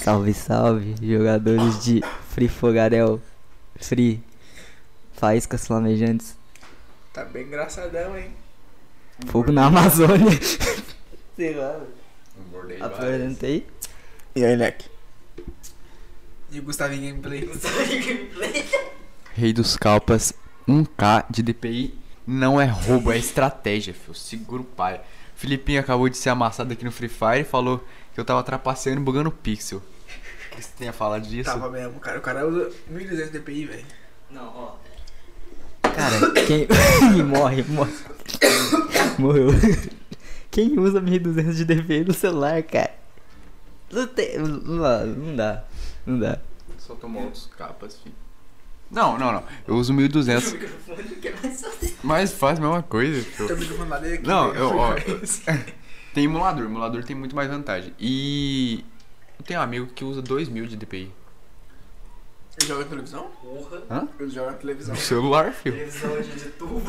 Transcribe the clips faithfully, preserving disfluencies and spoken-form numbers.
Salve, salve, jogadores de Free Fogarel, Free, Faíscas Flamejantes. Tá bem engraçadão, hein? Fogo na Amazônia. Sei lá. Apresentei. E aí, Leque? E o Gustavinho Gameplay? Rei dos Calpas, um K de D P I não é roubo, é estratégia, filho. Segura o pai. Filipinho acabou de ser amassado aqui no Free Fire e falou que eu tava trapaceando e bugando pixel. O que você tem a falar disso? Tava mesmo, cara. O cara usa mil e duzentos D P I, velho. Não, ó. Cara, quem. morre, morre. Morreu. Quem usa mil e duzentos de D P I no celular, cara? Não tem. Não dá, não dá. Não dá. Só tomou outros capas, filho. Não, não, não. Eu uso mil e duzentos. Mas faz a mesma coisa, filho. Tem o microfone lá dele aqui. Não, eu, ó. Tem emulador. Emulador tem muito mais vantagem. E. Eu tenho um amigo que usa dois mil de D P I. Ele joga na televisão? Porra. Hã? Ele joga na televisão. No celular, filho. Televisão hoje de tubo.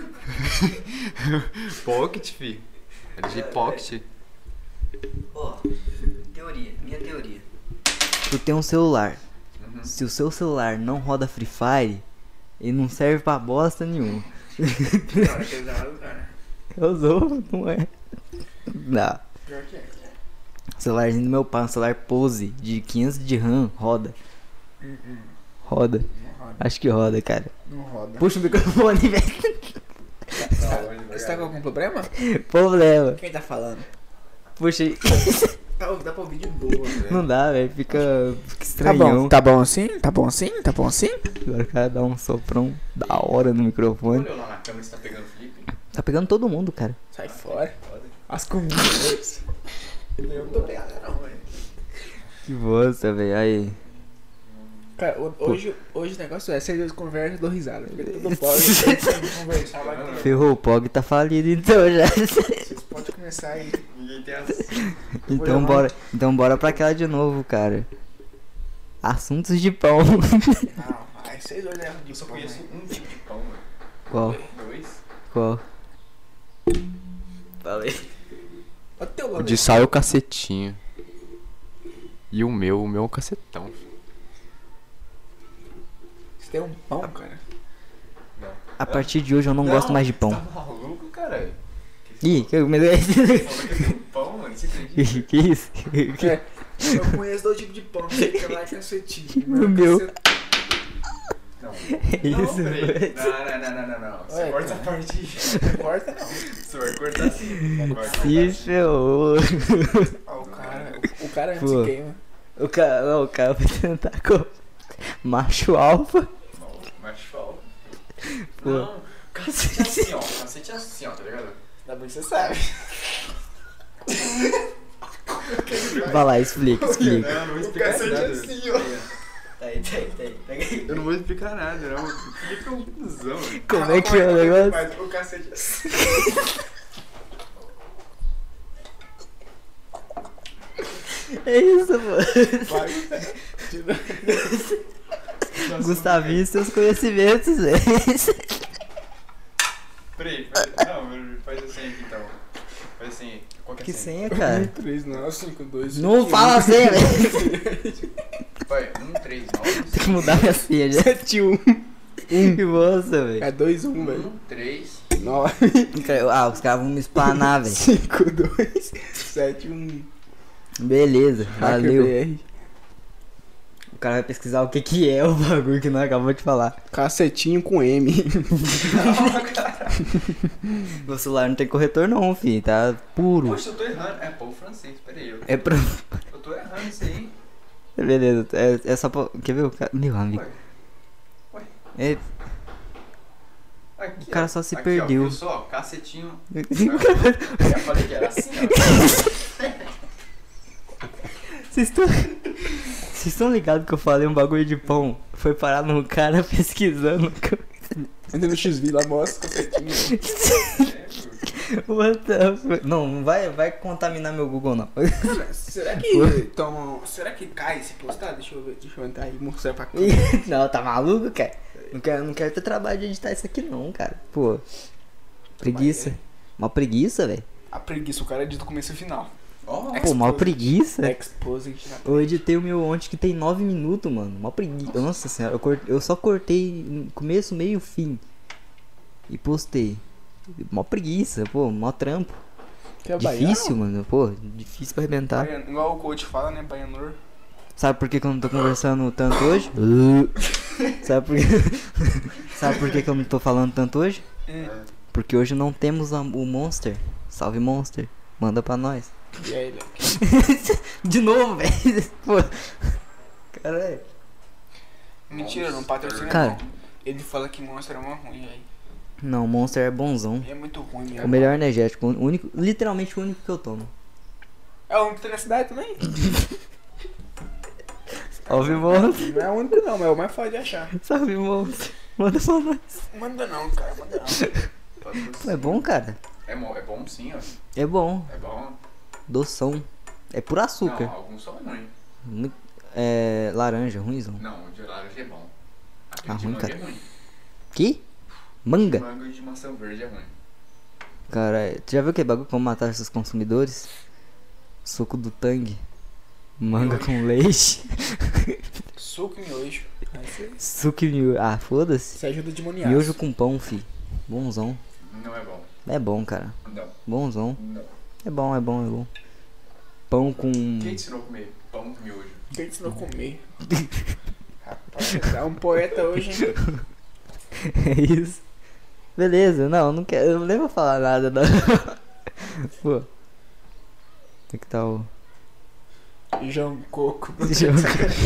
Pocket, filho. L G Pocket. Ó, teoria, minha teoria. Tu tem um celular. Uhum. Se o seu celular não roda Free Fire, ele não serve pra bosta nenhuma. Cara, que ele joga, cara. Eu sou, não é? Não. Pior que é. O celularzinho do meu pai, um celular Pose de quinhentos de RAM, roda. Hum, hum. Roda. Não roda. Acho que roda, cara. Não roda. Puxa o microfone, velho. Você tá com algum problema? Problema. Quem tá falando? Puxa aí. Tá, dá pra ouvir de boa, velho. Não dá, velho. Fica, fica Tá estranhão. bom, tá bom assim? Tá bom assim? Tá bom assim? Agora o cara dá um soprão da hora no microfone. Olha lá na câmera se tá pegando o Felipe. Tá pegando todo mundo, cara. Sai fora. As comidas. Eu não tô pegando não, velho. Que bosta, velho. Aí. Cara, o- hoje, hoje o negócio é, vocês conversam e dou risada. Porque tudo pode, vocês têm que conversar, vai ter. Ferrou, o Pog tá falido então já. Vocês podem começar aí. Ninguém tem assim. Então bora, então bora pra aquela de novo, cara. Assuntos de pão. Não, aí vocês dois erram de Eu só pão, conheço né? um tipo de pão, mano. Qual? Dois? Qual? Falei. Olha o teu O nome. de sal é o cacetinho. E o meu, o meu é o cacetão. Você tem um pão, cara? A partir de hoje eu não, gosto mais de pão. Tá maluco, cara? Ih, que, mas... Pão, mano, você acredita? que isso? Que- É, eu conheço dois tipos de pão, que é lá e cacetinho. O meu. Não. Isso, não, peraí. velho. Não, não, não, não, não, não. Você Ué, corta essa cara. parte aí. Não corta não. Você vai cortar assim. Vai cortar. Se ferrou. Ah, o cara, o, o cara antes Pô. se queima. O cara, não, o cara vai tentar com macho alfa. Não, mas falta. Pô. Não, cacete é assim, ó. Cacete é assim, ó, tá ligado? Ainda bem que você sabe. Vai lá, explica, explica. Não, não vou O explicar cacete nada. é assim, ó. Tá aí, tá aí, tá aí. Pega aí. Eu não vou explicar nada, não. O Felipe é um cuzão, velho. Como é que é o negócio? Mas o cacete é assim. É isso, mano. Vai, velho. Tira. Gustavinho e seus conhecimentos, velho. Peraí, faz... Não, mano, faz assim aqui então. Faz assim. Qual que é Que a senha? senha, cara? três, não, cinco, dois, Não fala assim, velho. Vai, um, três, nove. Tem que mudar minha senha já. sete, um. Que bosta, velho. É dois, um, velho. Um, três. nove, Ah, os caras vão me explanar, velho. cinco, dois, sete, um. Beleza, valeu. Hacker B R. O cara vai pesquisar o que que é o bagulho que nós acabamos de falar. Cacetinho com M. Meu celular não tem corretor não, filho. Tá puro. Poxa, eu tô errando. É pão francês, peraí. Eu, É pra... eu tô errando isso aí. Beleza, é, é só pra... Quer ver o cara? Meu amigo. Ué. Ué. É... Aqui, O cara ó. só se Aqui, perdeu. Ó, viu só, cacetinho. Eu já falei que era assim, ó. Vocês estão... Vocês estão ligados que eu falei um bagulho de pão? Foi parar no cara pesquisando. Entra no X V lá, mostra o cacetinho. What the fuck? Não, não vai, vai contaminar meu Google não. Cara, será que tão, será que cai se postar? Deixa eu ver, deixa eu entrar aí e mostrar pra câmera. Não, tá maluco, cara? Não quero, não quero ter trabalho de editar isso aqui não, cara. Pô, preguiça. Uma preguiça, velho. A preguiça, o cara é de do começo e final. Ó, Pô, mal preguiça. Exposed. Eu editei o meu ontem que tem nove minutos, mano. Mal preguiça. Nossa senhora, eu, cortei, eu só cortei no começo, meio, fim. E postei. Mó preguiça, pô, mó trampo. Que é Difícil, mano. Pô, difícil pra arrebentar. baiano. Igual o coach fala, né? Baianor. Sabe por que, que eu não tô conversando tanto hoje? Sabe por que... Sabe por que, que eu não tô falando tanto hoje? Hum. Porque hoje não temos a- o Monster. Salve Monster. Manda pra nós. E aí, Léo? De novo, velho. Pô. Caralho. Mentira, não patrocina Cara. não. Ele fala que Monster é uma ruim, velho. Não, o Monster é bonzão. É muito ruim mesmo. O melhor energético. O único, literalmente o único que eu tomo. É o único que tem na cidade também? Salve Monster. Não é o único não, mas é o mais fácil de achar. Salve Monster. Manda pra nós. Manda não, cara, manda não. Pô, é bom, cara. É bom, é bom sim, ó. É bom. É bom. Doção. É por açúcar. Não, alguns são ruins. Muito- é laranja, ruimzão. Não, o de laranja é bom. Aquele Ah, de ruim, manga cara. é ruim. Que? Manga? Manga e de maçã verde é ruim. Cara, tu já viu que bagulho como matar esses consumidores? Suco do Tang. Manga com leite. Suco e miojo. Aí você- Suco e miojo. Ah, foda-se. Você ajuda de moniaço. Miojo com pão, fi. Bonzão. Não é bom. É bom, cara. Não, Bonzão. não. É bom, é bom, é bom. Pão com. Quem te ensinou a comer pão com miojo? Quem te ensinou a comer? Rapaz, é um poeta hoje, hein? É isso. Beleza, não, não quero. Eu nem vou falar nada, não. Pô. Tem que tá o. João Coco. Jogo.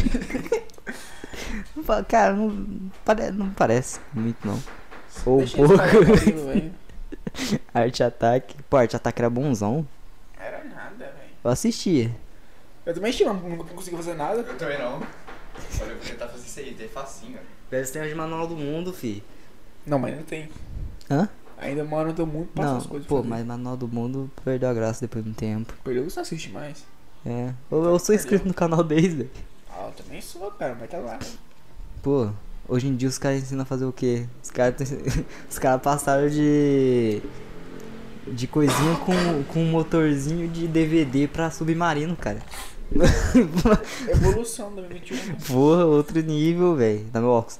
Não fa- Cara, não, pare... não parece muito, não. Ou um Deixa esse pouco. cara comigo, velho. Arte Ataque. Pô, Arte Ataque era bonzão. Era nada, velho. Eu assistia. Eu também tinha, mas nunca consegui fazer nada. Eu também não. Olha, eu vou tentar fazer isso aí, é facinho, ó. Deve ter de manual do mundo, fi. Não, mas não tem. Hã? Ainda mora no mundo passa Não, as coisas. pô, pra mas fazer. manual do mundo perdeu a graça depois de um tempo. Perdeu, você assiste mais. É. Eu, eu sou inscrito no canal deles, velho. Ah, eu também sou, cara, mas tá lá. Pô, hoje em dia os caras ensinam a fazer o quê? Os caras os caras passaram de. De coisinha com, com um motorzinho de D V D pra submarino, cara. Evolução da vinte e um. Porra, outro nível, velho. Dá meu óculos.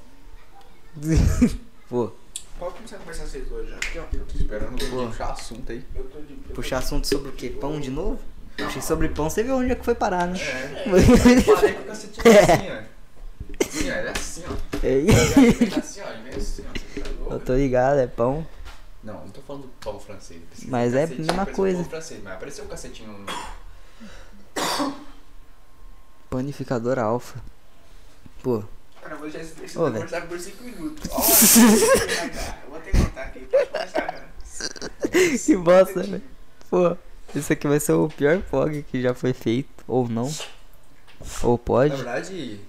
Pô, Pode começar a conversar vocês hoje já. Aqui, ó. Eu tô esperando Pô. o puxar assunto aí. Eu tô de. eu tô puxar assunto sobre o quê? Pão de novo? Puxei sobre pão, você viu onde é que foi parar, né? É, eu parei com o cacetinho assim, ó. Assim, ó, ele é assim, ó. É. Ele vem assim, ó, ele vem assim, ó. Você tá louco? Eu tô ligado, é pão. Não, não tô falando do pão francês. Pesquisa Mas é a cacetinho, mesma apareceu coisa. Pão francês, mas apareceu o cacetinho no... Panificador alfa. Pô, Cara, eu vou deixar esse esse Ô, vai velho. conversar por cinco minutos. Ó, eu vou ter que contar aqui. Pode começar, cara. que bosta, velho. Pô, isso aqui vai ser o pior P O G que já foi feito. Ou não. Ou Na pode. verdade...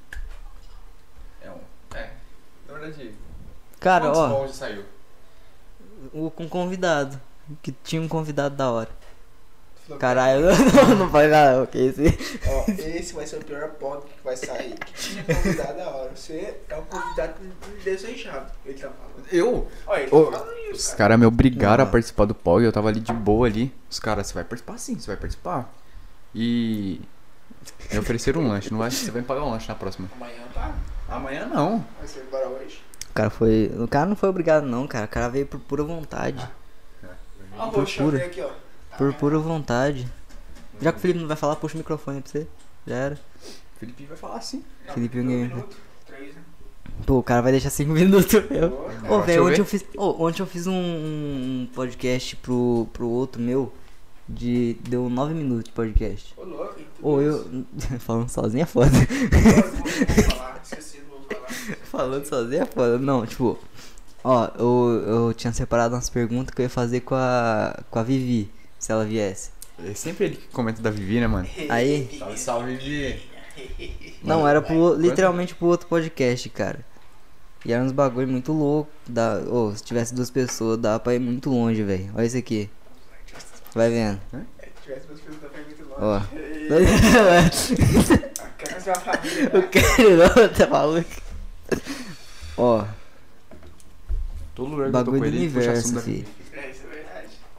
É um... É. Na verdade... Cara, quantos ó. bons já saiu? O com convidado. Que tinha um convidado da hora. Falou, Caralho, não, não faz nada, não, que esse. Ó, esse vai ser o pior pod que vai sair. Que tinha convidado da hora. Você é um convidado desejado. Ele tá falando. Eu? Olha, ele tá Ô, falando isso, Os cara. caras me obrigaram Não. a participar do P O G, eu tava ali de boa ali. Os caras, você vai participar sim, você vai participar. E... Me ofereceram um lanche, não vai, você vai me pagar um lanche na próxima. Amanhã tá. Amanhã não. Vai ser embora hoje. O cara foi. O cara não foi obrigado, não, cara. O cara veio por pura vontade. Ó, Por vou chamar pura. aqui, ó. Por pura vontade. Já que o Felipe não vai falar, puxa o microfone pra você. Já era. Felipe vai falar sim. Não, Felipe um Gamer. minuto, três, né? Pô, o cara vai deixar cinco minutos meu. Boa. Ô, Deixa velho, eu ontem ver. eu fiz. Ô, ontem eu fiz um, um podcast pro, pro outro meu. De. Deu nove minutos de podcast. Ô, louco, hein? Ô, eu. Falando sozinho é foda. Vou falar, esqueci, não vou falar. Falando sozinho é foda. Não, tipo. Ó, eu, eu tinha separado umas perguntas que eu ia fazer com a. Com a Vivi, se ela viesse. É sempre ele que comenta da Vivi, né, mano? Aí. Salve, salve, Vivi. Não, era pro, literalmente pro outro podcast, cara. E era uns bagulho muito louco. Da, ô, se tivesse duas pessoas, dava pra ir muito longe, velho. Olha isso aqui. Vai vendo. Se tivesse duas pessoas também muito longe. Ó. A casa da família. Eu quero não, tá maluco? Ó, Todo lugar que eu tô bagulho com do ele, ele puxa universo, assunto da fi. Vivi. É, isso é verdade.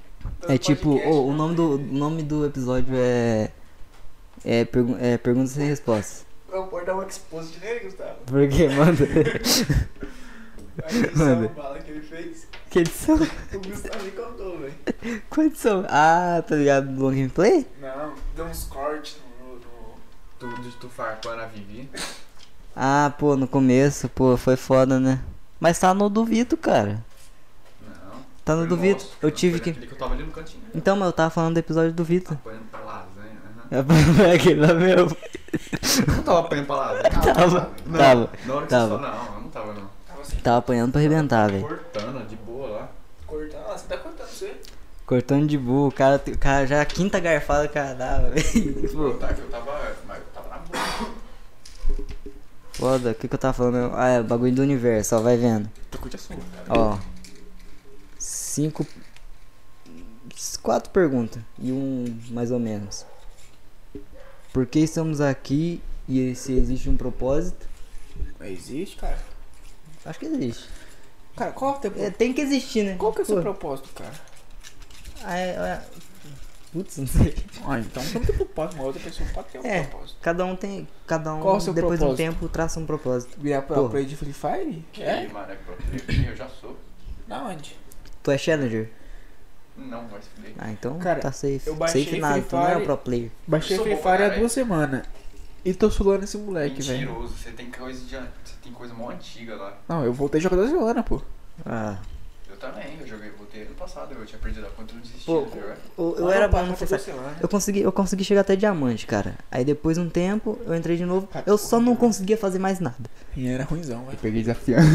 É tipo, ô, o nome do, o nome do episódio é. É, pergu é Perguntas sem respostas. Não pode dar um exposit nele, Gustavo. Por quê? Manda. A edição Manda. bala que ele fez. Que edição? O Gustavo me contou, velho. Qual edição? Ah, tá ligado? Do long gameplay? Não, deu uns cortes no. no... Tu, de tu farpando a Vivi. Ah, pô, no começo, pô, foi foda, né? Mas tá no do Vitor, cara. Não. Tá no Foi do nosso, Vitor. Eu não, tive foi que. naquele que eu tava ali no cantinho. Então, mas eu tava falando do episódio do Vitor. Apanhando pra lasanha. aham. Aquele lá meu. Eu não tava apanhando pra lasanha. Tava. Não, Tava. Na hora que Tava. você falou, não, eu não tava não. Tava assim, Tava apanhando pra arrebentar, velho. Cortando, de boa lá. cortando. Ah, você tá cortando você? Cortando de burro, o cara, o cara já a quinta garfada o cara dava, velho. Pô, Eu tava, eu tava, mas eu tava na boa. foda, o que que eu tava falando? Ah, é o bagulho do universo, ó, vai vendo. Tu curte assunto, cara. Ó. Cinco. Quatro perguntas. E um mais ou menos. Por que estamos aqui e se existe um propósito? Existe, cara. Acho que existe. Cara, qual é o teu É, tem que existir, né? Qual que é o seu Pô, propósito, cara? ah, é, é... Putz, não sei. Ah, então você não tem propósito, uma outra pessoa pode ter um É. propósito. Cada um tem. Cada um, Qual o seu depois de um propósito? tempo, traça um propósito. Virar pro Porra. play de Free Fire? Que É? mano, é pro eu já sou. Na onde? Tu é challenger? Não, vai se fuder. Ah, então Cara, tá safe. eu baixei Safe nada, Free tu não é o Fire- pro player. Baixei Eu sou Free bom, Fire há caralho. duas semanas. E tô sulando esse moleque, velho. Mentiroso, você tem coisa de. Você tem coisa mó antiga lá. Não, eu voltei a jogar duas semanas, pô. Ah. Eu também, eu joguei, voltei ano passado, eu tinha perdido a conta e não desisti Pô, de jogar. Eu, eu Ano era bom passado no Free foi Fire. duas semanas. Eu consegui, eu consegui chegar até diamante, cara. Aí depois de um tempo, eu entrei de novo. Cara, Eu só não horrível. conseguia fazer mais nada. E era ruimzão, velho. Peguei desafiando.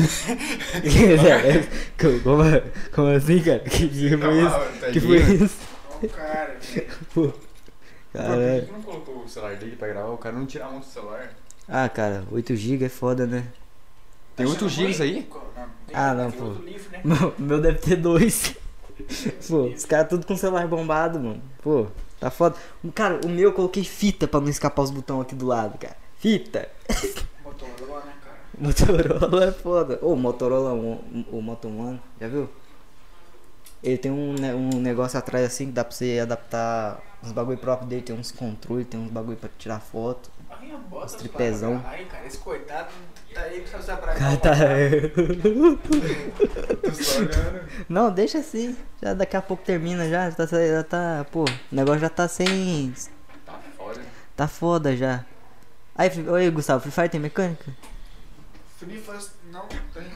como, como, como assim, cara? Que dia foi isso? Que foi isso? Ó, cara, velho. Pô. Por que Caralho. que não colocou o celular dele pra gravar? O cara não tira a mão do celular. Ah, cara, oito gigas é foda, né? Tem oito gigas aí? Ah, não, tem pô. outro livro, né? Meu, meu deve ter dois. Pô, os caras tudo com o celular bombado, mano. Pô, tá foda. Cara, o meu eu coloquei fita pra não escapar os botões aqui do lado, cara. Fita. Motorola, né, cara? Motorola é foda. Ô, Motorola, o, o Moto One, já viu? Ele tem um, ne- um negócio atrás assim que dá pra você adaptar os bagulho próprio dele. Tem uns controles, tem uns bagulho pra tirar foto. Ai, a bota Os os tripézão. Ai, cara, esse coitado tá aí pra usar pra Cara, tá... Tô só olhando. Não, deixa assim. Já daqui a pouco termina já. Já tá, já tá. Pô, o negócio já tá sem. Tá foda. Tá foda já. Aí, Free- oi, Gustavo, Free Fire tem mecânica? Free Fire não tem.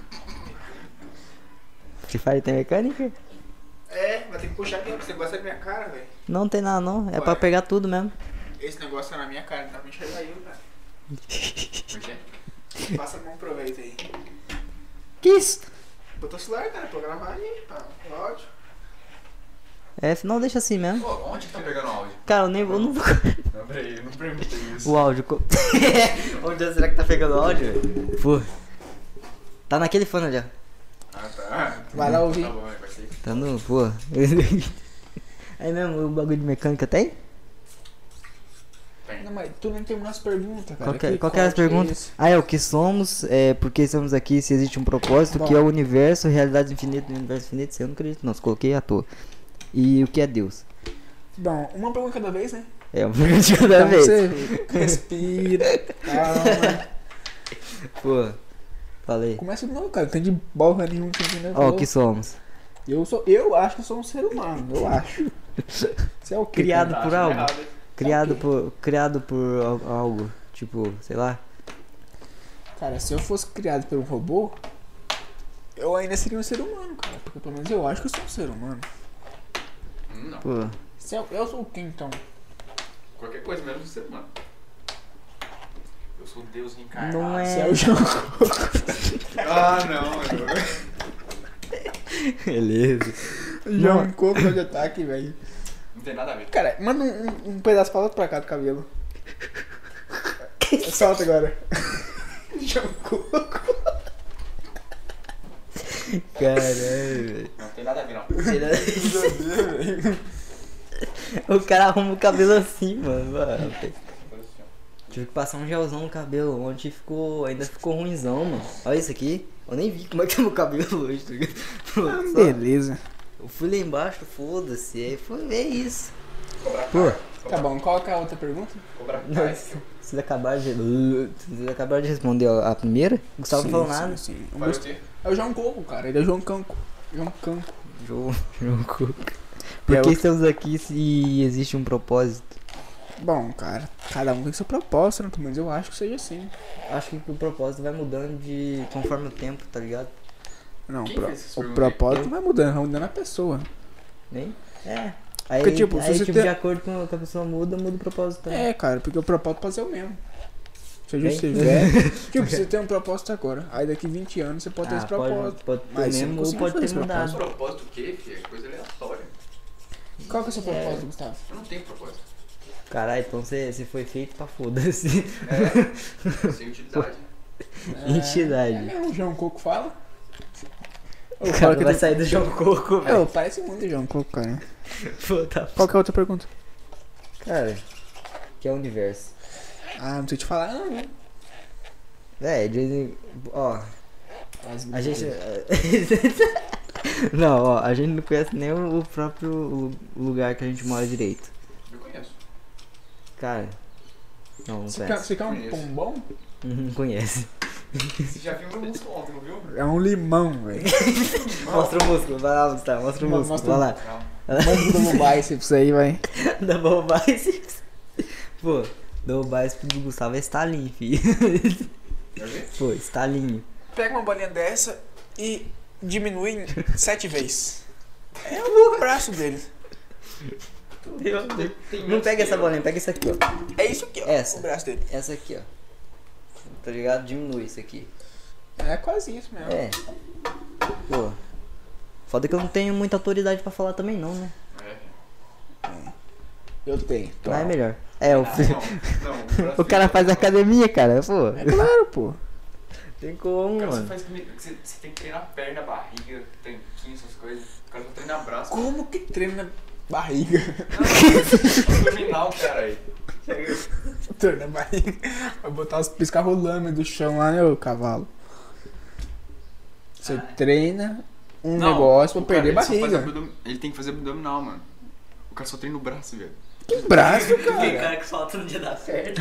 Free Fire tem mecânica? É, vai ter que puxar aqui, você gosta da minha cara, velho. Não tem nada não. É Ué. pra pegar tudo mesmo. Esse negócio é na minha cara, não dá pra enxergar eu, cara. Por quê? Passa a mão pro proveito aí. Que isso? Botou o celular, cara, pra gravar aí, pá, o áudio. É, não, deixa assim mesmo. Pô, onde que tá pegando o áudio? Cara, eu nem vou. Não vou. Não, peraí, eu não perguntei isso. O áudio. co- Onde será que tá pegando o áudio? velho? Pô. Tá naquele fone ali, ó. Ah, tá. Vai lá ouvir. Tá bom, vai ser. Tá no. Pô. Aí mesmo, o bagulho de mecânica tem? Tem. Não, mas tu nem terminou as perguntas, cara. Qual que, é- Que qual que é as corte é perguntas? esse? Ah, é o que somos, é, por que estamos aqui, se existe um propósito, o que Bom. é o universo, realidade infinita do universo infinito, isso eu não acredito, não, se coloquei à toa. E o que é Deus? Bom, uma pergunta cada vez, né? É uma pergunta de cada Então vez. você respira, calma. Pô, falei. Começa de novo, cara. Não tem de borra nenhuma que você Ó, o que somos? Eu sou, eu acho que eu sou um ser humano, eu acho. Você é o quê? Criado cara? por Tá algo? errado, hein? Criado ok. por, criado por al- algo, tipo, sei lá. Cara, se eu fosse criado por um robô, eu ainda seria um ser humano, cara. Porque pelo menos eu acho que eu sou um ser humano. Hum, Não. Pô, Se eu, eu sou o quê, então? Qualquer coisa menos do ser humano. Eu sou Deus reencarnado. não Se é é. o jogo. Ah, não. Eu... Beleza. João Coco de ataque, velho. Não tem nada a ver. Cara, manda um, um, um pedaço pra lá pra cá do cabelo. Solta agora. João Coco. Caralho, velho. Não tem nada a ver, não. O cara arruma o cabelo assim, mano. mano. Tive que passar um gelzão no cabelo, ontem ficou. Ainda ficou ruimzão, mano. Olha isso aqui. Eu nem vi como é que tá meu cabelo hoje, tá ligado? Pô, só- Beleza. Eu fui lá embaixo, foda-se, aí foi ver isso. Cobra Pô. Kai. Tá bom, qual que é a outra pergunta? Cobra Kai. Nossa, vocês acabaram de. Vocês acabaram de responder a primeira? O Gustavo não falou nada. Sim, sim. Faz o quê? É o João Coco, cara. Ele é o João Canco. João Canco. João, João Cuca. E Por é que o- estamos aqui se existe um propósito? Bom, cara, cada um tem seu propósito, né? Mas eu acho que seja assim. Acho que o propósito vai mudando de conforme o tempo, tá ligado? Não, Quem pro- fez essa o pergunta aí? propósito vai mudando, vai mudando a pessoa. Nem? É. Aí, Porque, tipo, se aí, você tipo tem- de acordo com o que a pessoa muda, muda o propósito também. É, cara, porque o propósito pode ser o mesmo. Seja Bem? você tiver. Tipo, você tem um propósito agora. Aí daqui vinte anos você pode ter Ah, esse propósito. pode, pode ter Mas você mesmo não ou conseguiu pode fazer ter esse mudado. Propósito o quê, filho? É coisa aleatória. Qual que é o seu propósito, Gustavo? Eu não tenho propósito. Caralho, então você você foi feito pra foda-se. É, sem utilidade. Entidade. É mesmo, o João Coco fala. Ô, O fala cara que vai tem- sair do João Coco, velho. Ô, parece muito o João Coco, cara. Pô, tá. Qual que é a outra pergunta? Cara, que é o universo. Ah, não sei te falar, não, né? Véi, de... ó, a gente. Não, ó, a gente não conhece nem o o próprio lu- lugar que a gente mora direito. Eu conheço. Cara, não, não Você quer, conhece. você quer um Conheço. pombom? Não conhece. Você já viu meu músculo ontem, não viu? É um limão, velho. Mostra o músculo, vai lá, Gustavo, mostra o Mo- músculo, mostra vai o- lá. Manda do bíceps aí, vai. Double biceps. Pô, double biceps do Gustavo é estalinho, filho. Quer ver? Pô, estalinho. Pega uma bolinha dessa e diminui em sete vezes. É o braço dele. Não pega essa bolinha, pega essa aqui, ó. É isso aqui, ó. Essa. O braço dele. Essa aqui, ó. Tá ligado? Diminui isso aqui. É quase isso mesmo. É. Pô. Foda que eu não tenho muita autoridade pra falar também não, né? É. Eu tenho. Não é melhor. É, o, Ah, não, não, braço o cara fica- faz academia, cara. Pô. É claro, pô. Tem como, Cara, você, mano. faz, comi- você, você tem que treinar perna, barriga, tanquinho, essas coisas. O cara só treina braço. Como que treina barriga? Abdominal, cara aí. Treina barriga. Vai botar os piscarrolames do chão lá, né, ô cavalo? Você treina um negócio pra o cara, perder ele só faz barriga. abdom- Ele tem que fazer abdominal, mano. O cara só treina o braço, velho. Que braço, cara. que solta no dia da perna.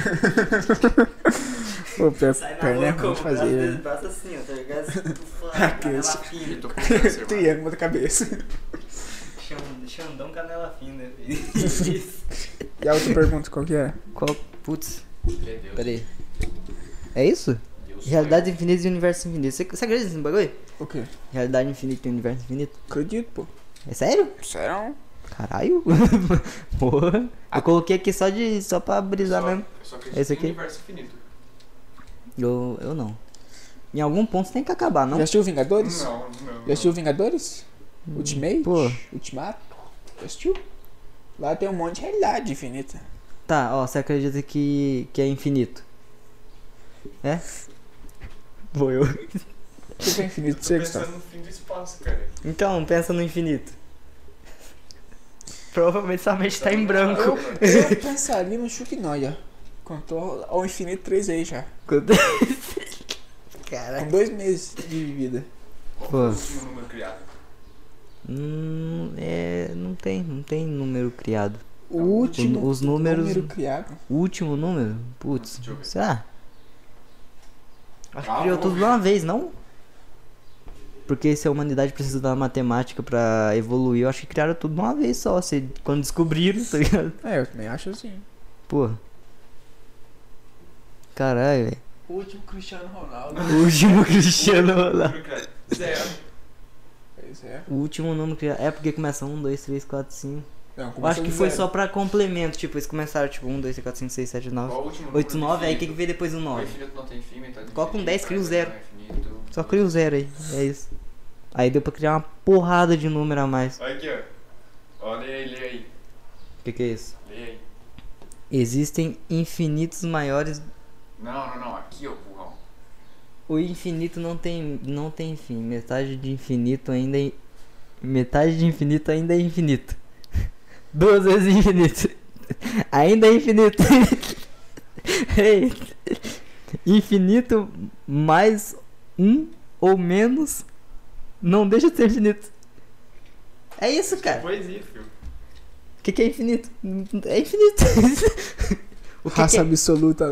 Pô, per- perna é ruim de fazer. né? braço assim, ó, tá ligado? Aquele Eu tô com câncer, mano. triângulo da cabeça. Xandão canela fina, filho. E a outra pergunta, qual que é? Qual? Putz, Ele é Deus. peraí. É isso? Deus Realidade infinita e universo infinito. Você, você acredita nesse bagulho? O quê? Realidade infinita e universo infinito? Acredito, pô. É sério? Sério? Caralho. Porra. Eu coloquei aqui só de. só pra brisar Só- mesmo. eu só acredito Esse em aqui? universo infinito. Eu, eu não. Em algum ponto tem que acabar, não? Já assistiu Vingadores? Não, não. Já assistiu Vingadores? Ultimate? Pô. Ultimato? Já assistiu? Lá tem um monte de realidade infinita. Tá, ó, você acredita que, que é infinito? É? Vou eu. O que que é infinito pra Tô você, pensando Gustavo? no fim do espaço, cara. Então, pensa no infinito. Provavelmente sua mente tá em branco. Eu, eu pensaria no Chuck Noia. Contou ao infinito três vezes já. Caralho. Com dois meses de vida. Qual Pô. foi o último número criado? Hum, é, não tem, não tem número criado. O último os números- número criado. O último número? Putz, Deixa eu ver. será? Acho que Calma, criou vou tudo de ver. uma vez, não? Porque se a humanidade precisa da matemática pra evoluir, eu acho que criaram tudo de uma vez só. Se, quando descobriram, tá ligado? É, eu também acho assim. Porra. Caralho, velho. O último Cristiano Ronaldo. O último Cristiano Ronaldo. Número criado. Zero. Pois é. O último número criado. É porque começa um, dois, três, quatro, cinco. Não, Eu acho começou que do foi zero. só pra complemento. Tipo, eles começaram tipo um, dois, três, quatro, cinco, seis, sete, nove. Qual o último número oito, do nove, aí o que que infinito? veio depois do O nove? infinito não tem fim, metade do Coloca um infinito, dez, cria o metade zero. não é infinito. Só cria o zero aí, é isso. Aí deu pra criar uma porrada de número a mais. Olha aqui, ó. Olha aí, lê aí. O que que é isso? Lê aí. Existem infinitos maiores. Não, não, não. Aqui, ó, burrão. O infinito não tem, não tem fim. Metade de infinito ainda é. Metade de infinito ainda é infinito. Duas vezes infinito. Ainda é infinito. Ei. Infinito mais um ou menos não deixa de ser infinito. É isso, cara. Poesia, filho. O que, que é infinito? É infinito. O que Raça que é... absoluta.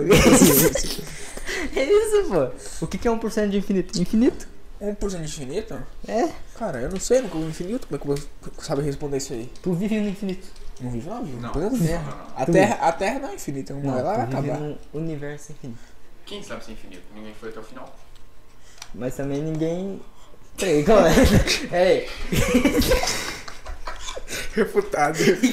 é isso, pô. O que, que é um por cento de infinito? Infinito. um por cento de infinito? É. Cara, eu não sei, nunca vi infinito. Como é que eu vou saber responder isso aí? Tu vive no infinito. Não vivo, não, vivo. Não. No planeta Terra. Não, não, não. A Tu Terra, a Terra não é infinita, uma hora ela vai tu vive acabar. num universo infinito. Quem sabe se é infinito? Ninguém foi até o final. Mas também ninguém... Peraí, calma aí. Peraí. Refutado.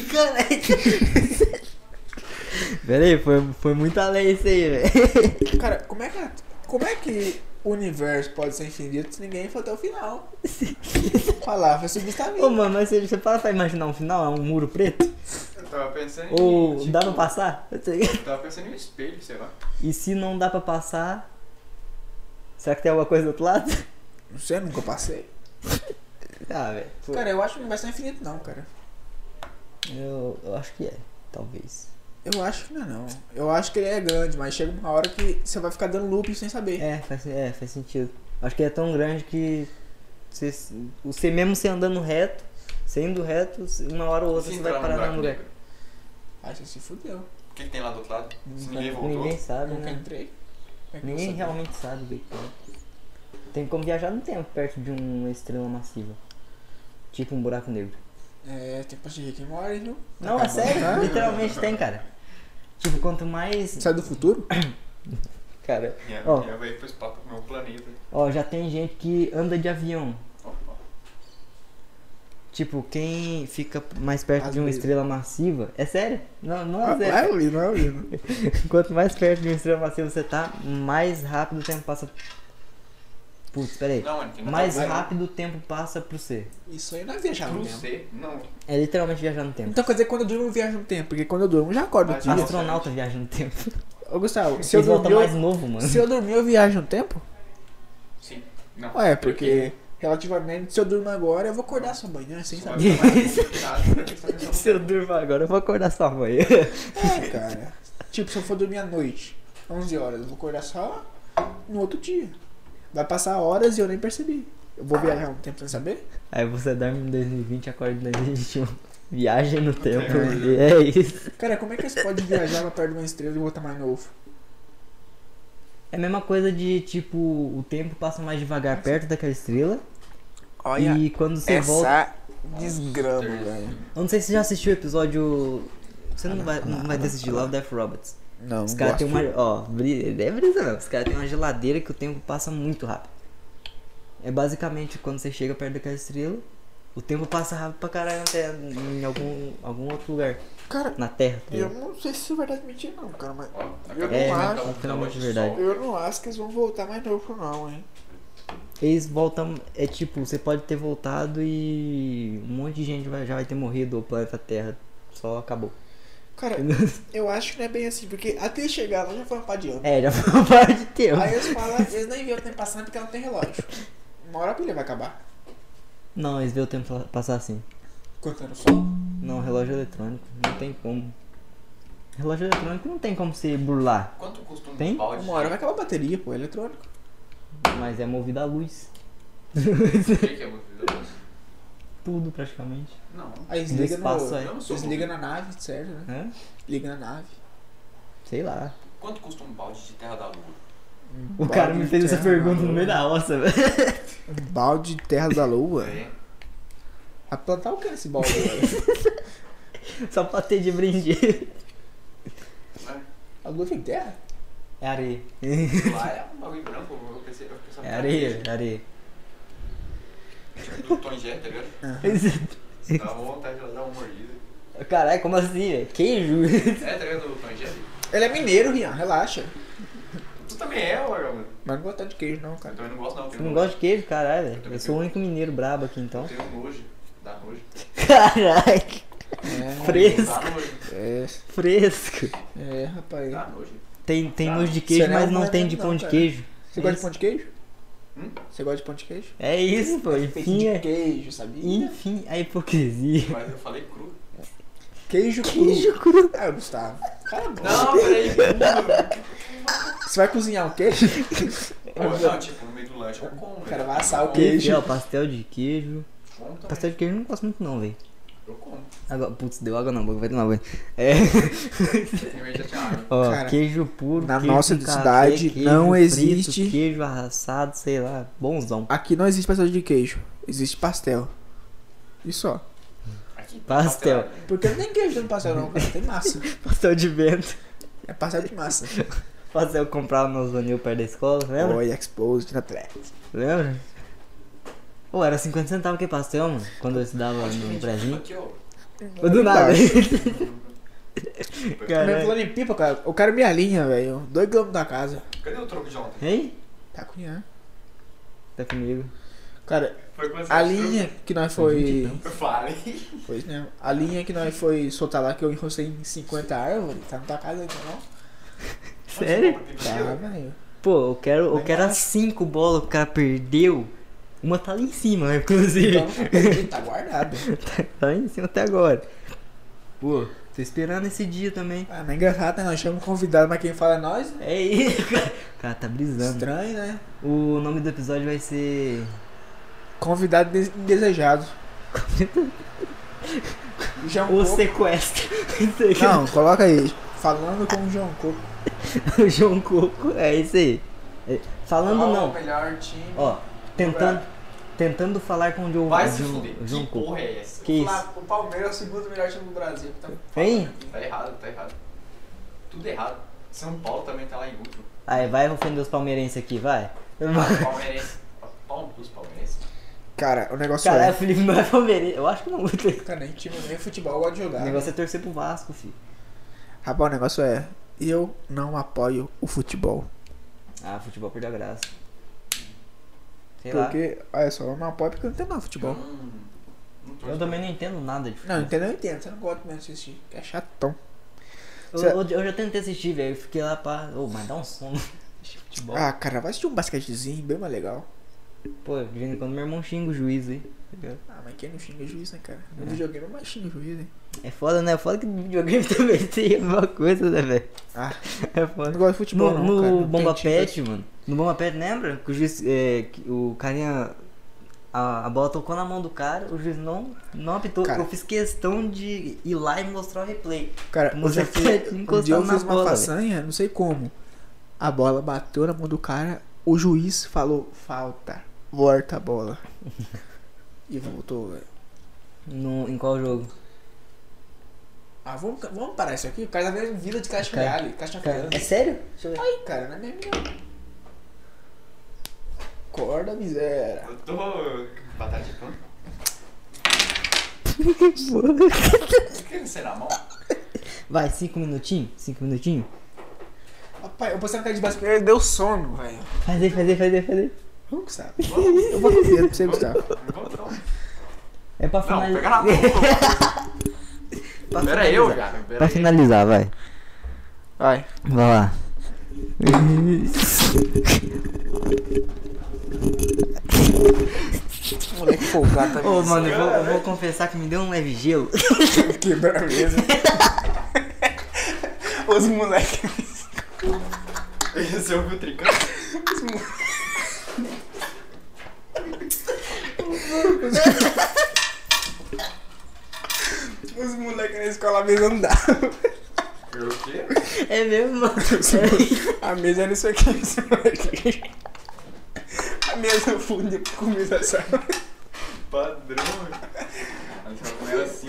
Peraí, foi, foi muito além isso aí, velho. Cara, como é que como é que o universo pode ser infinito se ninguém for até o final? Falar, foi substituir. Ô, mano, mas você, você para pra imaginar um final? É um muro preto? Eu tava pensando em. Ou tipo, dá pra passar? Eu tava pensando em um espelho, sei lá. E se não dá pra passar, será que tem alguma coisa do outro lado? Não sei, nunca passei. Ah, velho. pô, Cara, eu acho que o universo não é infinito não, cara. Eu, eu acho que é, talvez. Eu acho que não é não. Eu acho que ele é grande, mas chega uma hora que você vai ficar dando looping sem saber. É, faz, é, faz sentido. Acho que é tão grande que você, você mesmo você andando reto, você indo reto, uma hora ou outra Se você vai entrar num parar no buraco lugar. negro, Aí você se fudeu. o que, que tem lá do outro lado? Se ninguém voltou. Ninguém sabe, Nunca né? entrei. Como é que eu Ninguém vou saber? realmente sabe o que que é. Tem como viajar no tempo perto de uma estrela massiva. Tipo um buraco negro. É, tem pra Rick e Morty, viu? Não, é sério, Ah, literalmente tem, cara. Tipo, quanto mais. Sai do futuro? Cara, Minha, Ó. minha vai pro espaço pro meu planeta. ó, já tem gente que anda de avião. Ó, ó. Tipo, quem fica mais perto Às de uma vezes. estrela massiva. É sério? Não, não é Não sério. é o Lino, não é o Lino. Quanto mais perto de uma estrela massiva você tá, mais rápido o tempo passa. Putz, peraí. Não, mano, tem que Mais botar o rápido o tempo passa pro C. Isso aí não é viajar no Pro tempo. C, não. É literalmente viajar no tempo. Então quer dizer que quando eu durmo eu viajo no tempo, porque quando eu durmo eu já acordo Mas no dia. Astronauta viaja no tempo. Ô Gustavo, se eu, Eles voltam dormir, mais novo, mano. eu, se eu dormir eu viajo no tempo? Sim. Não. Ué, porque relativamente se eu durmo agora eu vou acordar só amanhã, sem Vai saber. ficar mais complicado, porque você tá Se eu durmo agora, eu vou acordar só amanhã. É, cara. Tipo, se eu for dormir à noite, onze horas, eu vou acordar só no outro dia. Vai passar horas e eu nem percebi. Eu vou viajar um tempo sem saber? Aí você dorme em dois mil e vinte e acorda em dois mil e vinte e um. Viagem no tempo. tempo. e É isso. Cara, como é que você pode viajar pra perto de uma estrela e voltar mais novo? É a mesma coisa de, tipo, o tempo passa mais devagar perto daquela estrela. E quando você volta. desgrama, velho. Eu não sei se você já assistiu o episódio. Você não vai, não vai ter assistido lá o Death Robots. Não, Os caras gosto. têm uma. Ó, bri- é brisa mesmo. Os caras têm uma geladeira que o tempo passa muito rápido. É basicamente quando você chega perto daquela estrela, o tempo passa rápido pra caralho até em algum, algum outro lugar. Cara, Na Terra. tá eu ligado? não sei se isso é verdade ou mentira não, cara, mas Ó, Eu acabou É, de não aumentar acho, o finalmente tamanho de verdade. sol. eu não acho que eles vão voltar mais novo não, hein. Eles voltam. É tipo, você pode ter voltado e um monte de gente vai- já vai ter morrido, o planeta Terra só acabou. Cara, eu acho que não é bem assim, porque até chegar lá já foi uma pá de ano. É, já foi uma parte de tempo. Aí eles falam, eles nem viram o tempo passando porque ela não tem relógio. Uma hora a pilha vai acabar. Não, eles vê o tempo passar assim. Cortando o sol. Não, relógio eletrônico, não tem como. Relógio eletrônico não tem como se burlar, Quanto custa um Tem? balde? Uma hora vai acabar a bateria, pô, é eletrônico. mas é movido a luz. O que que é muito doido? Tudo praticamente. Não. Aí desliga, espaço, no, é. Eu não sou desliga movido. na nave, certo, né? Hã? Liga na nave. Sei lá. Quanto custa um balde de terra da lua? O cara me fez essa pergunta no meio da roça, velho. Um balde de terra da lua. É. Vai plantar o que nesse balde agora? Só pra ter de brinde. A lua tem terra? É areia. Lá é um bagulho branco, eu pensei, eu pensei É areia, é areia. Tipo do Tom Jerry, tá ligado? Dá uma vontade de dar uma mordida. Caralho, como assim, velho? Queijo? É, tá ligado do Tom Jerry? Ele é mineiro, Rian, relaxa. Tu também é, vagabundo. Mas não gosta de queijo não, Eu cara. também não gosto não. Você tenho não nojo. gosta de queijo? Caralho, velho. também Eu sou o tenho. único mineiro brabo aqui, então. Eu tenho nojo. Dá nojo. Caralho, É, fresco, Dá nojo. é, fresco. é, rapaz. Dá nojo. Tem, tem Ah, nojo de queijo, você não é mas não humano tem de não, pão de cara. queijo. Você É gosta de isso. pão de queijo? Hum? Você gosta de pão de queijo? É isso, pô. Feito Enfim, de é. queijo, sabia? Enfim, a hipocrisia. Mas eu falei cru. Queijo cru. Queijo cru. Ah, Gustavo. Cara, bom. Não, peraí. Você vai cozinhar o queijo? Não, tipo, no meio do lanche eu como. O cara né? vai assar o Eu queijo. Aqui, ó, pastel de queijo. Como também. Pastel de queijo eu não gosto muito não, velho. Eu como. Agora, putz, deu água na boca, vai tomar banho. É. Tem já tinha água. Ó, Cara, queijo puro, na queijo nossa com café, cidade queijo não frito, existe- queijo arrasado, sei lá, bonzão. Aqui não existe pastel de queijo. Existe pastel. E só. Aqui tem Pastel. Porque não tem queijo dentro do pastel não, cara. Tem massa. Pastel de vento. É pastel de massa. Pastel que eu comprava no Zonil perto da escola, lembra? Oi, Exposed na Atlético. Lembra? Pô, era cinquenta centavos que pastel, mano, quando eu estudava no Brasil. Aqui, ó. Do nada. Também Caralho. falando em pipa, cara. Eu quero minha linha, velho. Dois quilômetros da casa. Cadê o troco de ontem? Ei, Tá com linha. tá comigo. Cara, Foi quando a linha que nós foi. Eu falei. Pois né? A linha que nós foi soltar lá, que eu enrostei em cinquenta árvores, tá na tua casa aqui, não? Sério? Tá, velho. Pô, eu quero, eu Lá quero as embaixo. cinco bolas que o cara perdeu. Uma tá lá em cima, né, inclusive. Então, tá guardado. Tá lá em cima até agora. Pô, tô esperando esse dia também. Ah, mas é engraçado, né? Nós chamamos convidado, mas quem fala é nós. né? É isso, cara. Cara, tá brisando. Estranho, né? O nome do episódio vai ser... Convidado des- indesejado. João O Coco. Sequestro. Não, coloca aí. Falando com o João Coco. O João Coco, é isso aí. É, falando Qual não. o melhor time? Ó, tentando, tentando falar com o João, Vai se João, fuder. João Que Coco. porra é essa? Que isso? Falar, o Palmeiras é o segundo melhor time do Brasil. Tá Hein? Tá errado, tá errado. Tudo errado. São Paulo também tá lá em último. Aí, vai ofender os palmeirenses aqui, vai. Palmeirense. Pau dos palmeirenses. Cara, o negócio Caralho, o é. Felipe não é palmeirense. Eu acho que não. O Cara, nem time, nem futebol eu gosto de jogar. negócio é torcer pro Vasco, filho. Rapaz, o negócio é. Eu não apoio o futebol. Ah, futebol perdeu a graça. Sei lá. Porque, olha só, eu não apoio porque eu não tenho nada de futebol. Hum, não torço Eu também não entendo nada de futebol. Não, entendeu? Eu entendo. Você não gosta mesmo de assistir. Que é chatão. Eu, Cê- eu, eu já tentei assistir, velho. Eu fiquei lá pra. Ô, mas dá um sono. Assistir futebol. Ah, cara, vai assistir um basquetezinho bem mais legal. Pô, de vez em quando meu irmão xinga o juiz aí. tá ligado? Ah, mas quem não xinga é juiz, né, cara? No videogame é mais xinga o juiz, hein? É foda, né? É foda que no videogame também tem a mesma coisa, né, velho? Ah, É eu foda. não gosto de futebol, No, não, no cara. Não Bomba tem time Pet, mano. No Bomba Pet, lembra? Que o juiz. É, que o carinha. A, a bola tocou na mão do cara, o juiz não, não apitou. Cara. Eu fiz questão de ir lá e mostrar o replay. Cara, eu Você já fiz, quer um encostar dia eu na fiz uma bola, façanha, não sei como. A bola bateu na mão do cara, o juiz falou, falta, volta a bola. E voltou, velho. No, em qual jogo? Ah, vamos, vamos parar isso aqui? O cara tá vendo vida de Caixa Cara, Reale, Caixa Reale. É sério? Deixa eu ver. Ai, cara, não é mesmo não. Acorda, miséria. Eu tô. Batata de pão? O que você na mão? Vai, cinco minutinhos? Cinco minutinhos? Rapaz, eu postei na cara de basquete, ele deu sono, velho. Faz aí, faz aí, faz aí, faz aí. Vamos, Gustavo. Eu vou com medo pra você, Gustavo. Vamos então. É pra Não, finalizar. pega na mão. Pra Pera eu, finalizar. cara. Pera Pra aí. finalizar, vai. Vai. Vai lá. Moleque folgado tá Ô, me mano, eu vou, eu vou confessar que me deu um leve gelo. quebrar a mesa. Os moleques. Você ouviu o tricão? Os moleques na escola, a mesa não dava. O quê? É mesmo, mano. A mesa era isso aqui, esse moleque. A mesa funde com mesa só. Padrão. A gente vai comer assim.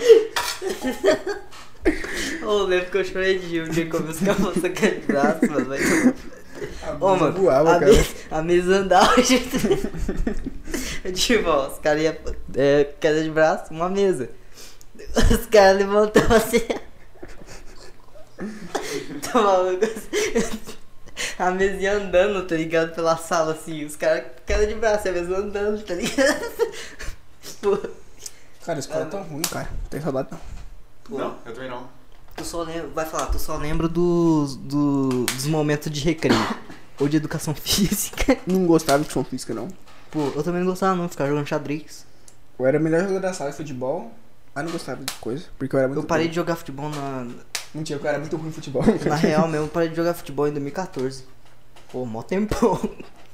Ô, lembro que eu chorei de rir um dia que eu vi os caras sacando de braço, mano. Vai tomar- A Ô, mesa mano, voava, a, cara. mesa, a mesa andava, gente. Tipo, ó, os caras iam. É, queda de braço, uma mesa. Os caras levantavam assim. Tá maluco? A mesa ia andando, tá ligado? Pela sala assim. Os caras queda de braço, e a mesa andando, tá ligado? Pô, Cara, a escola é tão ruim, cara. Não tem saudade não. pô. Não, eu também não. Tu só lembra, vai falar, tu só lembra dos, do, dos momentos de recreio. Ou de educação física. Não gostava de educação física, não. Pô, eu também não gostava não, ficar jogando xadrez. Eu era o melhor jogador da sala de futebol, mas não gostava de coisa. Porque eu era muito Eu parei ruim. de jogar futebol na. Mentira, porque eu era muito ruim em futebol. Na real mesmo, eu parei de jogar futebol em dois mil e quatorze. Pô, mó tempão.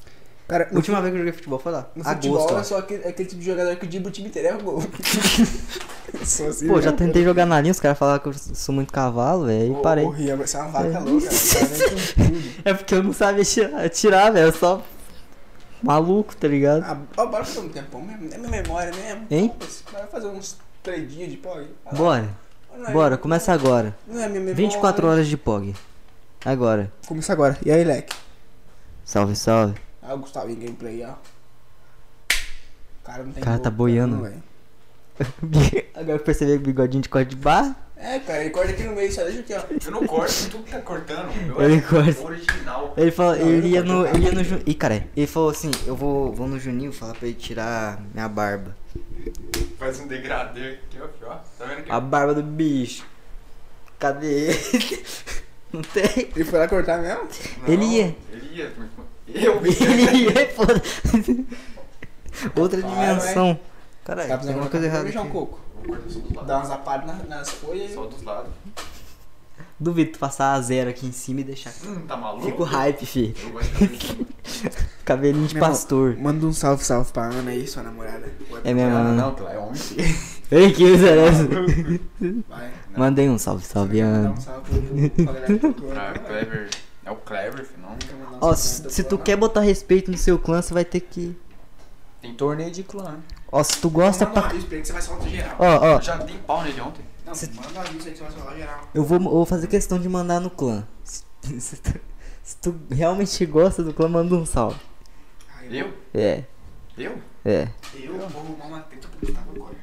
Cara, A última vez que eu joguei futebol foi lá. no Agosto, futebol ó. eu sou aquele, aquele tipo de jogador que dribla o time inteiro é gol. Eu sou assim Pô, já mesmo. tentei jogar na linha, os caras falaram que eu sou muito cavalo, velho, e Ô, parei. ô, Rian, você é uma vaca louca, cara. Cara, com tudo. É porque eu não sabia tirar, tirar velho, eu só maluco, tá ligado? Ah, ó, bora fazer um tempão mesmo. É minha memória mesmo. Hein? Pô, Bora fazer uns três dias de pog. Bora, Não é- bora, começa agora. Não é minha memória. vinte e quatro horas de P O G. Agora. Começa agora. E aí, Leque? Salve, salve. Ah, o Gustavo em gameplay, ó. O cara não tem O cara tá boca, boiando. não, velho. Agora eu percebi que o bigodinho de corte de barra. É, cara, ele corta aqui no meio, só deixa aqui, ó. Eu não corto, tu que tá cortando. Eu Ele é corta. original. Ele falou, Não, ele eu ia não no. corto Ele ia no nada. Juninho. Ih, cara, ele falou assim, eu vou, vou no Juninho falar pra ele tirar minha barba. Faz um degradê aqui, ó. Aqui, ó. Tá vendo aqui? A barba do bicho. Cadê ele? Não tem. Ele foi lá cortar mesmo? Não, ele ia. Ele ia. Eu Ele ia, foda. Outra Para, dimensão. Caralho, Tá tem fazendo alguma coisa errada mijar um aqui. coco. Vou cortar só dos lados. Dá umas zapadas nas, nas folhas. Só dos lados. Duvido tu passar a zero aqui em cima e deixar. Hum, tá maluco? Fica o hype, fi. Eu gosto de fazer isso. Cabelinho de Meu irmão, pastor. Manda um salve, salve pra Ana aí, sua namorada. É minha Não, mano. não, que lá é homem. Ei, que isso é essa? Vai. Mandei um salve, salve, Dá Ana. um salve pro- pra galera que tocou. Pra Clever. É o Clever, filho, não? Quer mandar um Ó, salve se, pra se tu tocou, quer botar respeito no seu clã, você vai ter que. Tem torneio de clã. Ó, se tu não? gosta Manda um pra. aviso pra ele que você vai soltar geral. Ó, ó, Já dei pau nele ontem. Não, Se- manda um aviso aí que você vai soltar geral. eu vou, eu vou fazer questão de mandar no clã. Se, se tu, se tu realmente gosta do clã, manda um salve. Aí Eu? É, Eu? é. Eu vou arrumar uma treta pro Gustavo agora.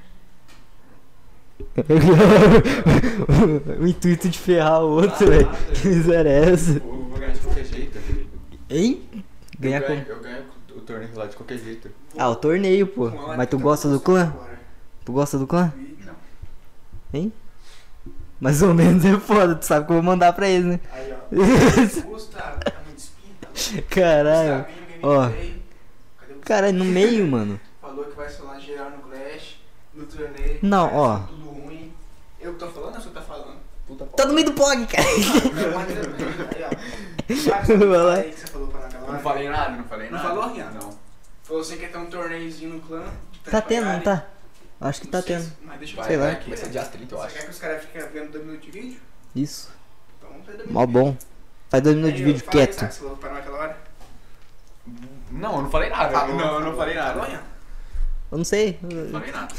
O intuito de ferrar o outro, Ah, velho. nada. Que miséria é essa? Eu vou ganhar de qualquer jeito. Hein? Ganhar eu com. ganho, eu ganho o torneio lá de qualquer jeito. Ah, o torneio, pô. Arrumar uma Mas tu treta gosta pro do clã? Gustavo agora. Tu gosta do clã? Não. Hein? Mais ou menos é foda, tu sabe que eu vou mandar pra eles, né? Aí, ó. Gustavo, tá muito espinta. Caralho. Gustavinho, Ó. gameplay. Cadê o Caralho, no meio, mano. Falou que vai solar geral no Clash, no torneio. Não, Cara, ó. tá tudo ruim. Eu que tô falando ou você tá falando? Puta Tá no meio do P O G, cara. Não, mas também. Aí, ó. Vai, você Vai lá. aí que você falou pra Eu galera. não falei nada, não falei Não nada. falou, Rian? Não. Falou você quer ter um torneiozinho no clã. Tá tendo, não tá? Acho que tá sei tendo. se- Mas deixa eu Vai, Sei lá. vai, que vai ser dia trinta, eu Você acho. quer que os caras fiquem vendo dois minutos de vídeo? Isso. Então vamos ter dois minutos Mó de bom. vídeo. Faz dois minutos de Aí, vídeo fala aí, quieto. sabe, Você falou pra nós aquela hora? Não, eu não falei nada. Falou, não, eu não falou. falei nada. Falou, Rian? Eu não sei. Não falei nada.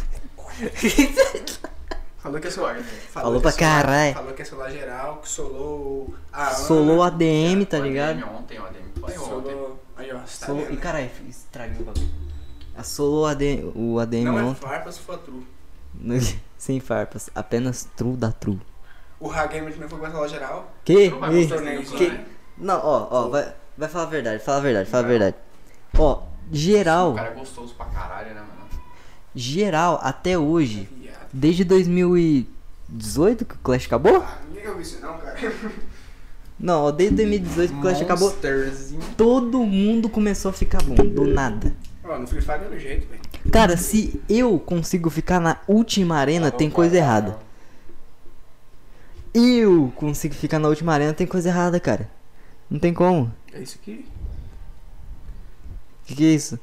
Falou que é Suave. celular. Falou pra que é celular- caralho. Falou que é celular geral, que solou a Ana. Solou a D M, tá O A D M ligado? Ontem, o A D M foi ontem. Solou. Aí, ó, você tá Solou... vendo, Ih, né? caralho, estraguei o bagulho. A solou a D... o A D M Não é ontem. farpa se for true. Sem farpas. Apenas true da true. O Hagamer também foi pra celular geral. Que? Não vai Ih, mostrar torneio, nenhum clã, que- né? Não, ó, ó, vai, vai falar a verdade, fala a verdade, fala a verdade. Ó, geral, O cara é gostoso pra caralho, né, mano? geral, até hoje, Viado. desde dois mil e dezoito que o Clash acabou? Ah, ninguém ouviu isso não, cara. Não, ó, desde dois mil e dezoito que o Clash acabou, Monsterzinho. todo mundo começou a ficar bom, do nada. Ó, no Free Fire é do jeito, velho. Cara, se eu consigo ficar na última arena, tem coisa errada. Eu consigo ficar na última arena, tem coisa errada, cara. Não tem como. É isso aqui. Que que é isso?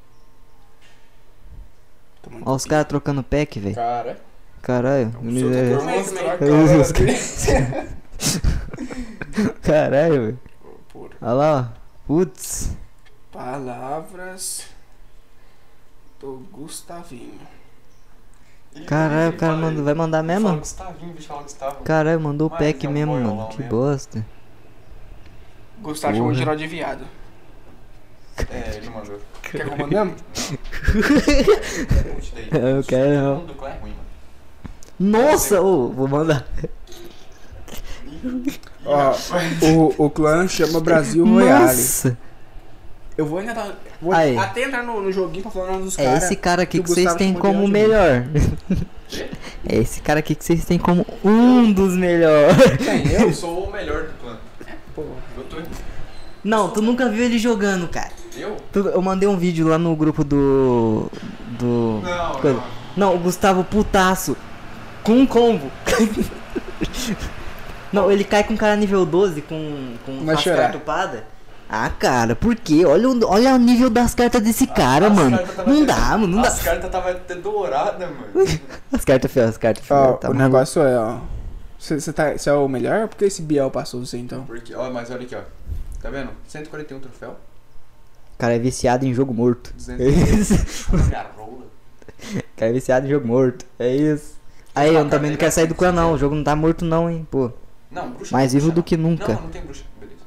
Tomando Ó, os caras trocando pack, velho. Cara. Caralho, Vou miséria. mostrar a Deus, cara dele. Caralho, velho. Por Olha lá, ó. Putz. palavras do Gustavinho. Caralho, o cara manda, vai mandar Fala mesmo? Gustavinho, bicho, fala Gustavo. Caralho, mandou o Mas pack é um mesmo, boiolão mano. Que mesmo. bosta. Gustavo Porra. chamou geral de viado. É, ele mandou. Quer que eu mande mesmo? Eu quero não. O mundo do clã é ruim, mano. Nossa, ô, vou mandar. Ó, o, o clã chama Brasil Royale. Nossa. Eu vou ainda dar, vou Aí. até entrar no, no joguinho pra falar o nome dos É caras. esse cara aqui que o que vocês Gustavo têm chamou como de melhor. É esse cara aqui que vocês têm como um dos melhores. Quem? Eu Eu? sou o melhor do clã. Pô, Eu tô. Não, tu nunca viu ele jogando, cara. Eu? Tu- Eu mandei um vídeo lá no grupo do. Do. Não, coisa. não. Não, o Gustavo putaço. Com um combo. Não, ele cai com um cara nível doze com, com Vai face chorar. tupada. Ah, cara, por quê? Olha, o- olha o nível das cartas desse cara, As mano. cartas tava Não até- dá, mano, não dá. As cartas tava até douradas, mano. As cartas feias, as cartas Ó, feias. Tá o maluco. negócio é, ó. Você tá, cê é o melhor? Por que esse Biel passou você então? Porque, ó, mas olha aqui, ó. Tá vendo? cento e quarenta e um troféu. O cara é viciado em jogo morto. duzentos. É isso. Minha rola. O cara é viciado em jogo morto. É isso. Aí, eu também não quero sair do clã, não. O jogo não tá morto, não, hein, pô. Não, bruxa. Mais não, vivo bruxa do que não. nunca. Não, não tem bruxa. Beleza.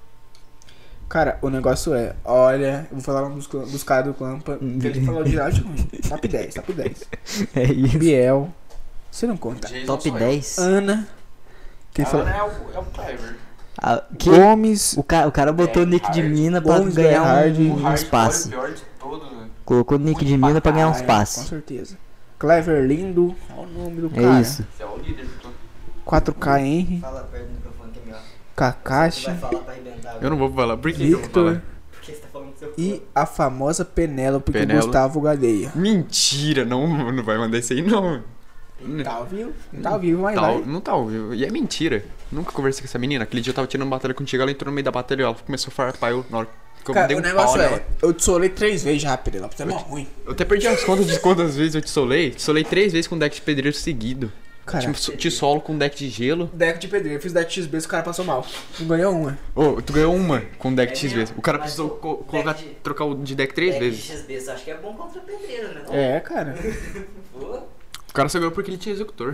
Cara, o negócio é, olha, eu vou falar um dos, clã- dos caras do clã, pra- que ele falou de arte ruim. Top dez, top dez. É isso. Biel, você não conta. Jason Top sou eu. dez. Ana, que ele A falou, Ana é o, é o Clever. Ah, que- Gomes, o, cara, o cara botou o nick de mina pra Gomes, ganhar Gerhard, um, O uns hardcore é o passes. pior de todos, velho. Colocou o nick de mina pra ganhar uns ah, é, com passes. certeza. Clever Lindo, olha o nome do É cara. isso. Você é o líder do clã. quatro K Henry, Fala perto do microfone que é melhor. Kakashi falar pra arrebentar. Eu não vou falar. Por que, que eu vou Victor falar? Porque você tá falando do seu e a famosa Penélope que o Penélope. Gustavo Gadeia. Mentira, não, não vai mandar isso aí não. Tá ao vivo? Não tá ao vivo, mas Tá, vai. não tá, ouvindo. E é mentira. Nunca conversei com essa menina. Aquele dia eu tava tirando batalha contigo, ela entrou no meio da batalha e ela começou a farpar eu na hora que eu Cara, dei o um pau negócio nela. é, eu te solei três vezes já, Penélope, você é mó ruim. Eu até perdi as contas de quantas vezes eu te solei. Te solei três vezes com deck de pedreiro seguido. Cara, Te, te solo com deck de gelo. deck de pedreiro, eu fiz deck X B, o cara passou mal. Não ganhou uma. Ô, tu ganhou uma com deck É X mesmo? vezes. O cara Mas precisou o co- deck colocar, de- trocar o de deck três vezes. X B, você acha que é bom contra pedreiro, né? É, cara. Pô. O cara só ganhou porque ele tinha executor.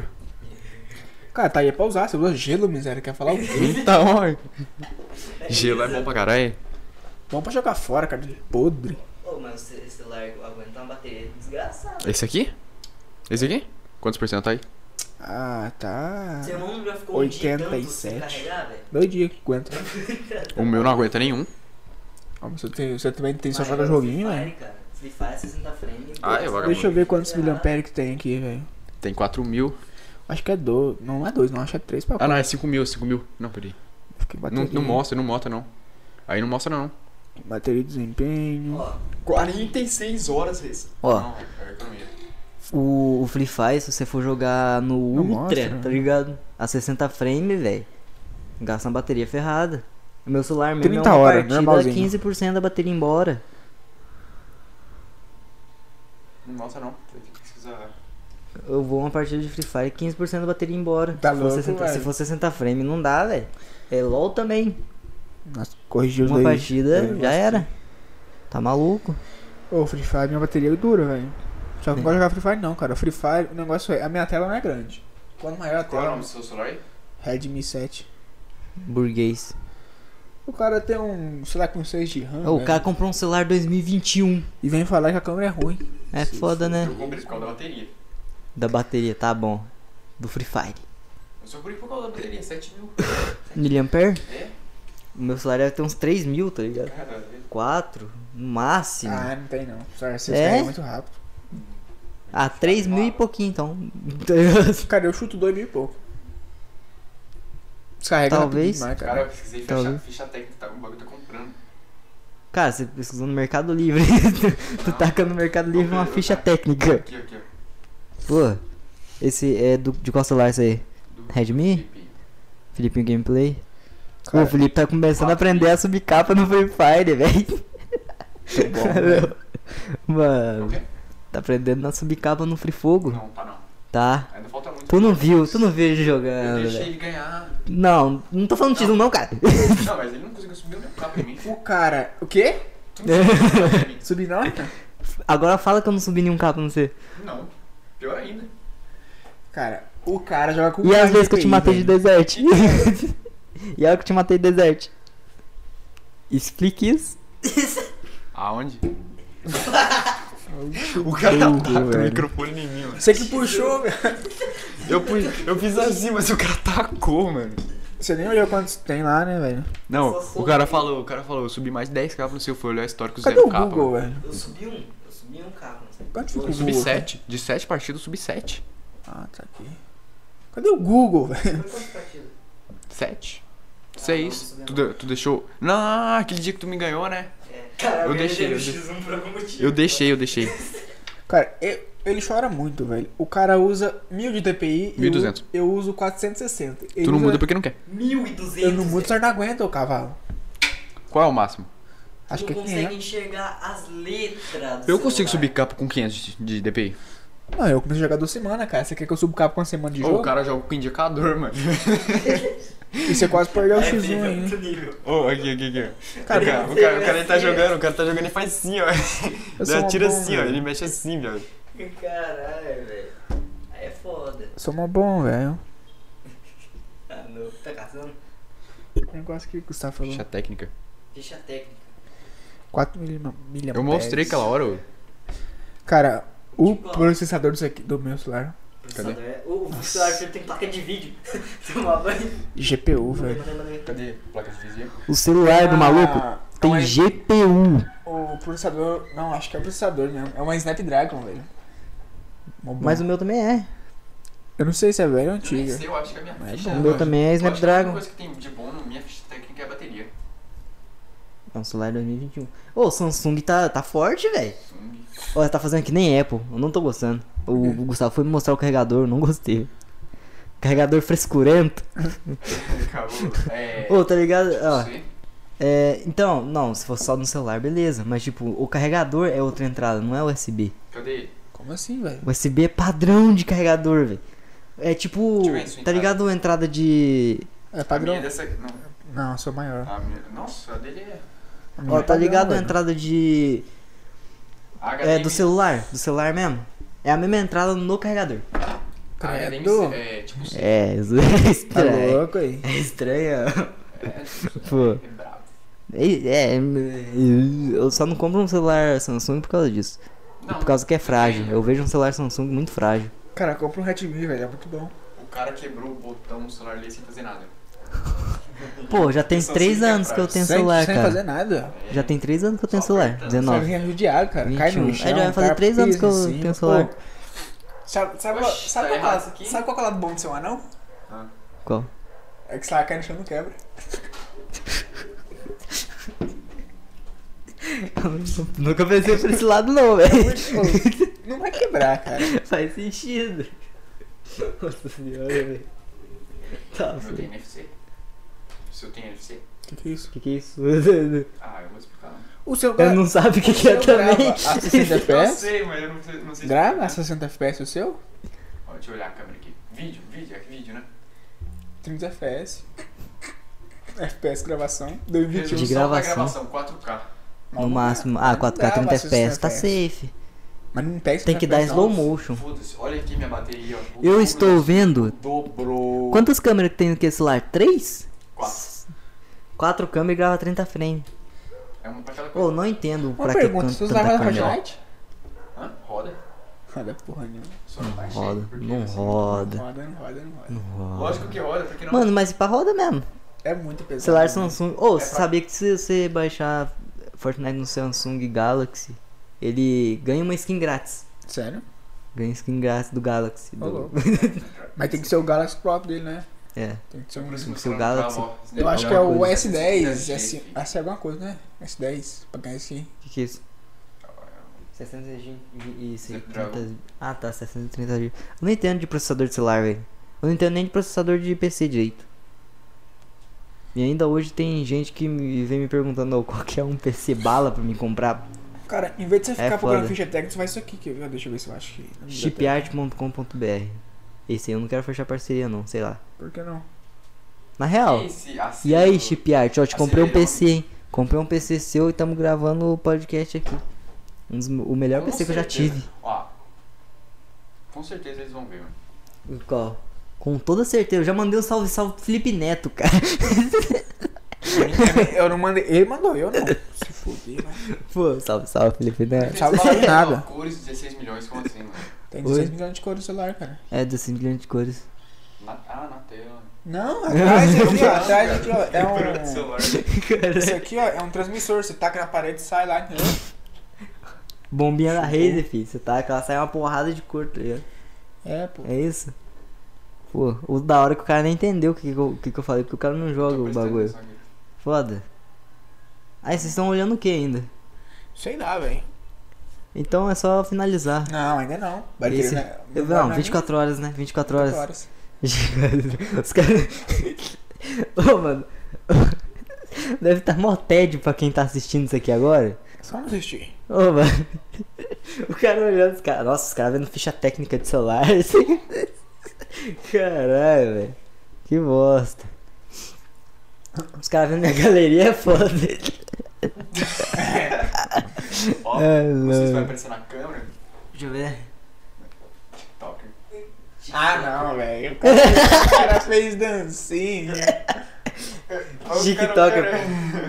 Cara, tá aí pra usar, você usa gelo, miséria, quer falar o quê? Então, ó. Gelo é bom pra caralho. Vamos pra jogar fora, cara, de podre. Ô, mas esse celular aguenta uma bateria desgraçada. Esse aqui? Esse aqui? Quantos por cento tá aí? Ah, tá. Seu irmão já ficou um dia oitenta e tanto sem sete. carregar, velho? Dois dias que aguenta. O meu não aguenta nenhum. Ah, mas você, tem, você também tem só Mas joga agora joguinho, Free velho. Fire, cara. Free Fire sessenta frames. Ah, é vagabundo. Deixa eu ver quantos miliamperes que tem aqui, velho. Tem quatro mil. Acho que é dois. Não, não é dois, não. Acho que é três pra Ah, não, é cinco mil, cinco mil. Não, peraí. Fiquei Não, bateria, não mostra, não mostra não. Aí não mostra não. Bateria de desempenho. Ó, quarenta e seis horas esse. Ó. Não, é economia. o, o Free Fire, se você for jogar no Não Ultra, mostra, né? tá ligado? A sessenta frames, velho. Gasta uma bateria ferrada. O meu celular mesmo trinta é uma horas, partida, normalzinho. quinze por cento da bateria embora. Não mostra não. Tem que pesquisar. Eu vou uma partida de Free Fire, quinze por cento da bateria embora. Tá se, for louco, sessenta, se velho. for sessenta frames, não dá, velho. É LOL também. Nossa, corrigiu os Uma dois. partida dois já era. Tá maluco? Ô, Free Fire, minha bateria é dura, velho. Só que eu não gosto de jogar Free Fire, não, cara. O Free Fire, o negócio é, a minha tela não é grande. Quanto maior a Qual é o tela, nome do seu celular aí? Redmi sete. Burguês. O cara tem um, sei lá, com seis de RAM, Ô, o velho, cara comprou um celular dois mil e vinte e um. e vem falar que a câmera é ruim. É foda, né? Eu comprei por causa da bateria. Da bateria, tá bom. Do Free Fire. Eu só comprei por causa da bateria, sete mil. Miliampere? É? O meu celular deve ter uns três mil, tá ligado? Cara, quatro no máximo. Ah, não tem não. Só você É? carrega muito rápido. Ah, três mil e pouquinho então. Tá ligado? Cara, eu chuto dois mil e pouco. Descarrega Talvez. rapidinho demais, cara, cara. eu pesquisei ficha, Talvez. ficha técnica, tá, o bagulho tá comprando. Cara, você pesquisou no Mercado Livre. tu tu taca no Mercado Livre uma ficha técnica. Aqui, aqui, ó. Pô, esse é do, de qual celular isso aí? Do Redmi? Felipe. Filipinho Gameplay? Cara, Pô, o Felipe tá começando a aprender a subir capa no Free Fire, velho. bom, velho. O Mano, quê? tá aprendendo a subir capa no Free Fogo. Não, tá não. Tá. Ainda falta muito. Tu não viu, tu não viu ele Eu jogando, deixei velho. ele ganhar. Não, não tô falando disso não, cara. Não, mas ele não conseguiu subir o meu capa em mim. O cara. O quê? Tu não subiu o capa em mim. Subir não? Agora fala que eu não subi nenhum capa no você. Não. Pior ainda. Cara, o cara joga com E as mais vezes que eu te D P I, matei de velho. desert? E a hora que eu te matei de desert? Explique isso. Aonde? O cara Burro, tá com o velho. microfone em mim, mano. Você que puxou, velho. Eu, pus, eu fiz assim, mas o cara tacou, mano. Você nem olhou quantos tem lá, né, velho? Não, Só sou o cara eu. falou, o cara falou, eu subi mais dez capas no seu, foi olhar histórico Cadê zero o capa. Google, mano. velho? Eu subi um, eu subi um capa. Quanto fica Eu o subi Google? sete. De sete partidas, eu subi sete. Ah, tá aqui. Cadê o Google, velho? Sete. não Seis. subi Tu, de- tu deixou. Não, aquele dia que tu me ganhou, né? Cara, Eu deixei, eu X um por algum motivo. Eu deixei, eu deixei. Cara, eu- ele chora muito, velho. O cara usa mil de D P I. mil e duzentos. Eu, eu uso quatrocentos e sessenta. Ele Tu não usa- muda porque não quer. mil e duzentos. Eu não mudo, você não aguenta, ô cavalo. Qual é o máximo? Acho que é não consegue quinhentos. enxergar as letras do Eu consigo celular. subir capa com quinhentos de, de D P I. Não, eu comecei a jogar duas semanas, cara. Você quer que eu suba o cabo com uma semana de Ô, jogo? o cara joga com indicador, mano. E você quase perdeu o É, X um aí, nível, hein? nível. Ô, aqui, aqui, aqui. Cara, o cara, o cara, o cara ele tá jogando, o cara tá jogando e faz assim, ó. Eu sou Ele uma atira bomba, assim, ó. velho. Ele mexe assim, velho. Caralho, velho. Aí é foda. Eu sou mó bom, velho. Ah, não. Tá caçando? O negócio que o Gustavo falou. Ficha técnica. Ficha técnica. quatro miliamperes. Eu mostrei aquela hora, ô. Cara, o Tipo, ó. processador disso aqui, do meu celular. Processador é- O o celular dele tem placa de vídeo. Tomar banho. G P U, velho. Mandei, mandei. Cadê? Placa de vizinho? O celular do maluco Ah, tem é uma- G P U. O processador. Não, acho que é o processador mesmo. É uma Snapdragon, velho. Mó bom. Mas o meu também é. Eu não sei se é velho ou Eu nem antiga. sei, eu acho que a minha Mas é ficha... bom. O meu também é Eu acho que a Snapdragon. única coisa que tem de bom na minha ficha técnica é a bateria. É um celular dois mil e vinte e um. Ô, o Samsung tá, tá forte, velho. Samsung. Ó, tá fazendo que nem Apple. Eu não tô gostando. O, o Gustavo foi me mostrar o carregador, eu não gostei. Carregador frescurento. Acabou. É... Ô, tá ligado? Ó, Você? é, então, não, se fosse só no celular, beleza. Mas, tipo, o carregador é outra entrada, não é U S B. Cadê? Como assim, velho? U S B é padrão de carregador, velho. É tipo, Deixa eu ver isso em tá casa. ligado a entrada de... É A minha padrão. é dessa... Não. Não, eu sou maior. A minha... Nossa, a dele é... A minha Ó, é tá padrão, ligado a velho. entrada de... A É, do celular, do celular mesmo. É a mesma entrada no carregador. A H D M Credo. C é tipo... C. É, isso é Tá estranho. louco aí? É estranho. É, Pô. é brabo. É, é, eu só não compro um celular Samsung por causa disso. E Não, por causa que é frágil. Eu vejo um celular Samsung muito frágil. Cara, compra um Redmi, velho. É muito bom. o cara quebrou o botão no celular dele sem fazer nada. Pô, já tem Samsung três é anos que eu frágil. tenho sem, celular, sem cara. fazer nada. Já tem três anos que eu tenho Só celular. apertando. Você dezenove. vinha judiado, cara. Cai no vinte e um. chão. É, já vai fazer cara três anos que eu pisa em tenho cima, celular. pô. Sabe, sabe, qual- Oxi, sabe, tá qual, errado é- isso aqui? sabe qual é o lado bom do seu anão? Qual? É que se ela cai no chão não quebra. Nunca pensei por esse lado não, velho. Pô, não vai quebrar, cara. Faz sentido. Nossa senhora, velho. Tá, Eu filho. tenho N F C. Se eu tenho N F C? O que, que é isso? Que que é isso? Ah, eu vou explicar. Não. O seu Ele não sabe o que, o que é seu grava também. a sessenta Eu F P S? sei, mas eu não sei, não sei Grava a explicar. sessenta F P S o seu? Ó, deixa eu olhar a câmera aqui. Vídeo, vídeo, é vídeo, né? trinta F P S. F P S gravação. dois mil e vinte e um. De Resolução pra gravação. gravação, quatro K. Não, No não máximo. grava. Ah, Não quatro K grava trinta a F P S sessenta tá safe. Mas não pega Tem que dar sessenta F P S, slow não. motion. Foda-se, olha aqui minha bateria, ó. O Eu dobro estou vendo. Dobrou. Quantas câmeras que tem naquele celular? Três? Quatro. Quatro câmeras e grava trinta frames. É uma pra cada coisa. Ô, não entendo Uma pra que pergunta, tanto, você tanta usava câmera. Fortnite? Hã? Roda? Roda porra nenhuma. Só não baixei. Roda, porque, não assim, roda. Roda, não roda, não roda. Não roda. Lógico que roda, porque não. Mano, mas pra roda mesmo. É muito pesado. Celular né? Samsung. Ô, É você pra- sabia que se você baixar Fortnite no Samsung Galaxy, ele ganha uma skin grátis. Sério? Ganha skin grátis do Galaxy. Ô, Do... louco. Mas tem que ser o Galaxy próprio dele, né? É. Tem que ser um... Tem que ser o Galaxy. Eu acho que é o Alguma S dez. É, S... S é alguma coisa, né? S dez. Pra ganhar skin. O que, que é isso? seiscentos e Snapdragon. trinta. Ah, tá, seiscentos e trinta G B. Eu não entendo de processador de celular, velho. Eu não entendo nem de processador de P C direito. E ainda hoje tem gente que me vem me perguntando, "Ô, qual que é um P C bala pra me comprar?" Cara, em vez de você ficar É procurando foda. ficha técnica, você faz isso aqui. Que... eu- Deixa eu ver se eu acho que... chipart ponto com ponto b r. Esse aí eu não quero fechar parceria não, sei lá. Por que não? Na real. Esse, assim, E aí, eu- Chipart, ó, te comprei um Acelerou. P C, hein? Comprei um P C seu e tamo gravando o podcast aqui. Um dos- o melhor Com P C que eu já certeza. tive. Ó, com certeza eles vão ver, mano. Qual? Com toda certeza. Eu já mandei um salve salve pro Felipe Neto, cara. Eu não mandei... Ele mandou, eu não. Se fuder, né? Pô, salve salve Felipe Neto. Sabe falar de nada. Cores dezesseis milhões, como assim, mano? Tem Oi? dezesseis milhões de cores no celular, cara. É, dezesseis milhões de cores. Na- ah, na tela. Não, atrás aqui, ó. Atrás aqui, ó. É Câmera do um... celular. Isso aqui, ó, é um transmissor. Você taca na parede e sai lá, entendeu? Bombinha da Show. Razer, filho. Você tá, que ela sai uma porrada de cor, tá ligado? É, pô. É isso? Pô, o da hora que o cara nem entendeu o que, que, eu, que, que eu falei, porque o cara não joga Tô o prestando bagulho. atenção aqui. Foda. Aí vocês estão olhando o que ainda? Sei lá, velho. Então é só finalizar. Não, ainda não. Vai ter, Esse... né? Não, vai- vai vinte e quatro horas, né? vinte e quatro nem horas. horas. Os caras. Ô, mano. Deve estar mó tédio pra quem tá assistindo isso aqui agora. Só não assistir. Ô, mano. O cara olhando os caras. Nossa, os caras vendo ficha técnica de celular. Assim. Caralho, velho. Que bosta. Os caras vendo minha galeria é foda. Ó, É, não sei se vai não. aparecer na câmera. Deixa eu ver. TikToker. Ah, não, velho. O cara, o cara fez dancinha. Ó, o TikToker. cara-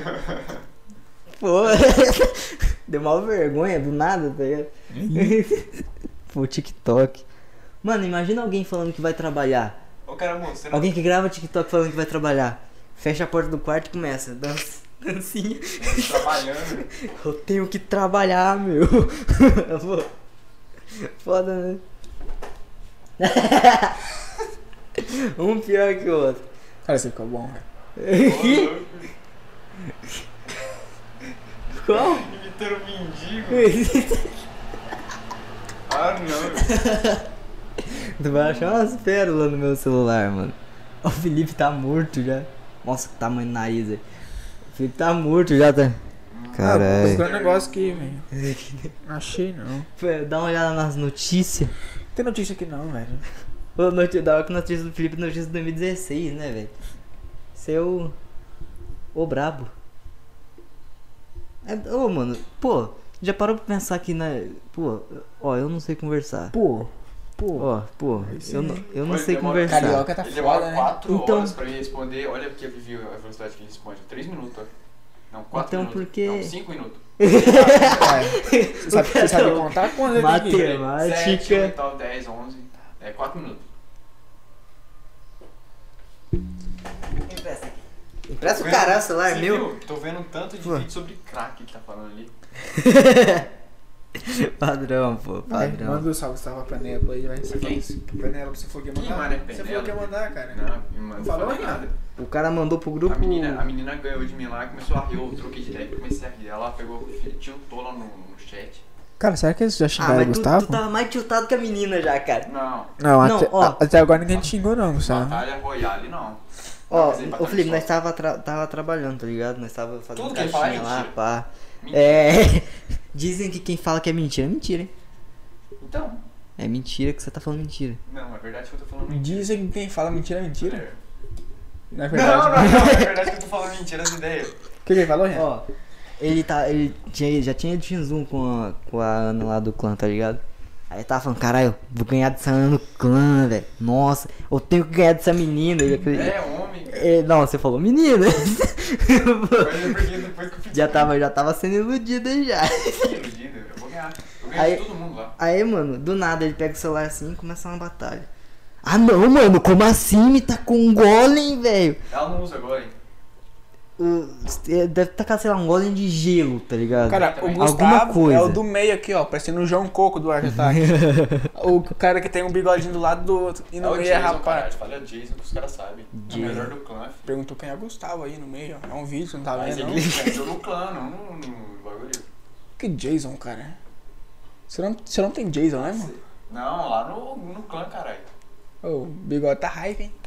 Pô. Deu mal vergonha do nada, tá ligado? Pô, TikTok. Mano, imagina alguém falando que vai trabalhar. Ô, cara, moço, você não Alguém que grava TikTok falando que vai trabalhar. Fecha a porta do quarto e começa. Dança, dancinha. tá trabalhando. Eu tenho que trabalhar, meu. Pô, foda, né? Um pior que o outro. Cara, você ficou bom, velho. Ô, louco. Qual? Imitando um mendigo. Ah, não. Tu vai achar umas pérolas no meu celular, mano. O Felipe tá morto já. Nossa, que tamanho do nariz aí. O Felipe tá morto já, tá? Ah, Caralho. procurando um negócio aqui, velho. Não achei, não. Pô, dá uma olhada nas notícias. Tem notícia aqui não, velho. Ô, noti- da hora que notícia do Felipe, notícia de dois mil e dezesseis, né, velho? Seu. Ô, brabo. É, ô, mano, pô, já parou pra pensar aqui na. Pô, ó, eu não sei conversar. Pô, pô. Ó, pô, eu não, eu não Olha, sei demora- conversar. Carioca tá Ele foda, demora né? quatro Então- horas pra me responder. Olha porque eu vivi a velocidade que ele responde. três minutos. ó. Não, quatro Então, minutos. porque- Não, cinco minutos. É. Você sabe, você sabe Não. contar quando ele tem que ir? Matemática. sete, oito, nove, dez, onze. É, quatro minutos. Empresta aqui. Empresta o caralho, o celular é Você meu. viu? Tô vendo um tanto de Pô. vídeo sobre crack que tá falando ali. Padrão, pô, Vai, padrão. manda o salve, Gustavo, pra Penélope aí, vai. Você Quem? falou- Penélope, você falou que ia Quem, mandar. mano, é Você falou Penélope? que ia mandar, cara. Não, me manda, Não falou falei nada. nada. O cara mandou pro grupo. A menina, a menina ganhou de mim lá e começou a rir. Eu troquei de ideia e comecei a rir. Ela pegou, tiltou lá no, no chat. Cara, será que eles já Ah, xingaram o mas tu, Gustavo? tu tava mais tiltado que a menina já, cara. Não, Não, Não, até, ó. a- até agora ninguém te xingou não, Gustavo. Batalha Royale não. Ó, Mas aí, ô batalha Felipe, só. nós tava, tra- tava trabalhando, tá ligado? Nós tava fazendo Tudo que ele fala é caixinha lá, mentira. pá. Mentira. É. Dizem que quem fala que é mentira é mentira, hein? Então, É mentira que você tá falando mentira. não, é verdade que eu tô falando mentira. Dizem que quem fala mentira é mentira. É. Não é Não, verdade. não, não, é verdade que eu tô falando mentira as ideias. O que que ele falou, Renan? Ó, ele tá. Ele tinha, já tinha ido Zoom com a, com a Ana lá do clã, tá ligado? Aí tava falando, caralho, vou ganhar dessa Ana no clã, velho. Nossa, eu tenho que ganhar dessa menina. Ele, É, homem, cara. É, não, você falou menina. Mas é porque depois que eu fiz já tava, já tava sendo iludida já. iludido, eu vou ganhar. Eu ganho Aí- de todo mundo lá. Aí, mano, do nada ele pega o celular assim e começa uma batalha. Ah não, mano, como assim? Me tá com um golem, velho. Ela não usa agora, hein? O- Deve tacar, sei lá, um golem de gelo, tá ligado? Cara, o Alguma Gustavo coisa. é o do meio aqui, ó, parecendo o João Coco do Art Attack. O cara que tem um bigodinho do lado do outro e É no o meio é Jason, rapaz. caralho. Fala Jason que os caras sabem. É o Jason. melhor do clã, filho. Perguntou quem é o Gustavo aí no meio, ó. É um vídeo, você não tá Mas vendo, não? ele entrou no clã, não no, no bagulho. Que Jason, cara? Você não, você não tem Jason, né, mano? Não, lá no, no clã, caralho. Ô, o bigode tá hype, hein?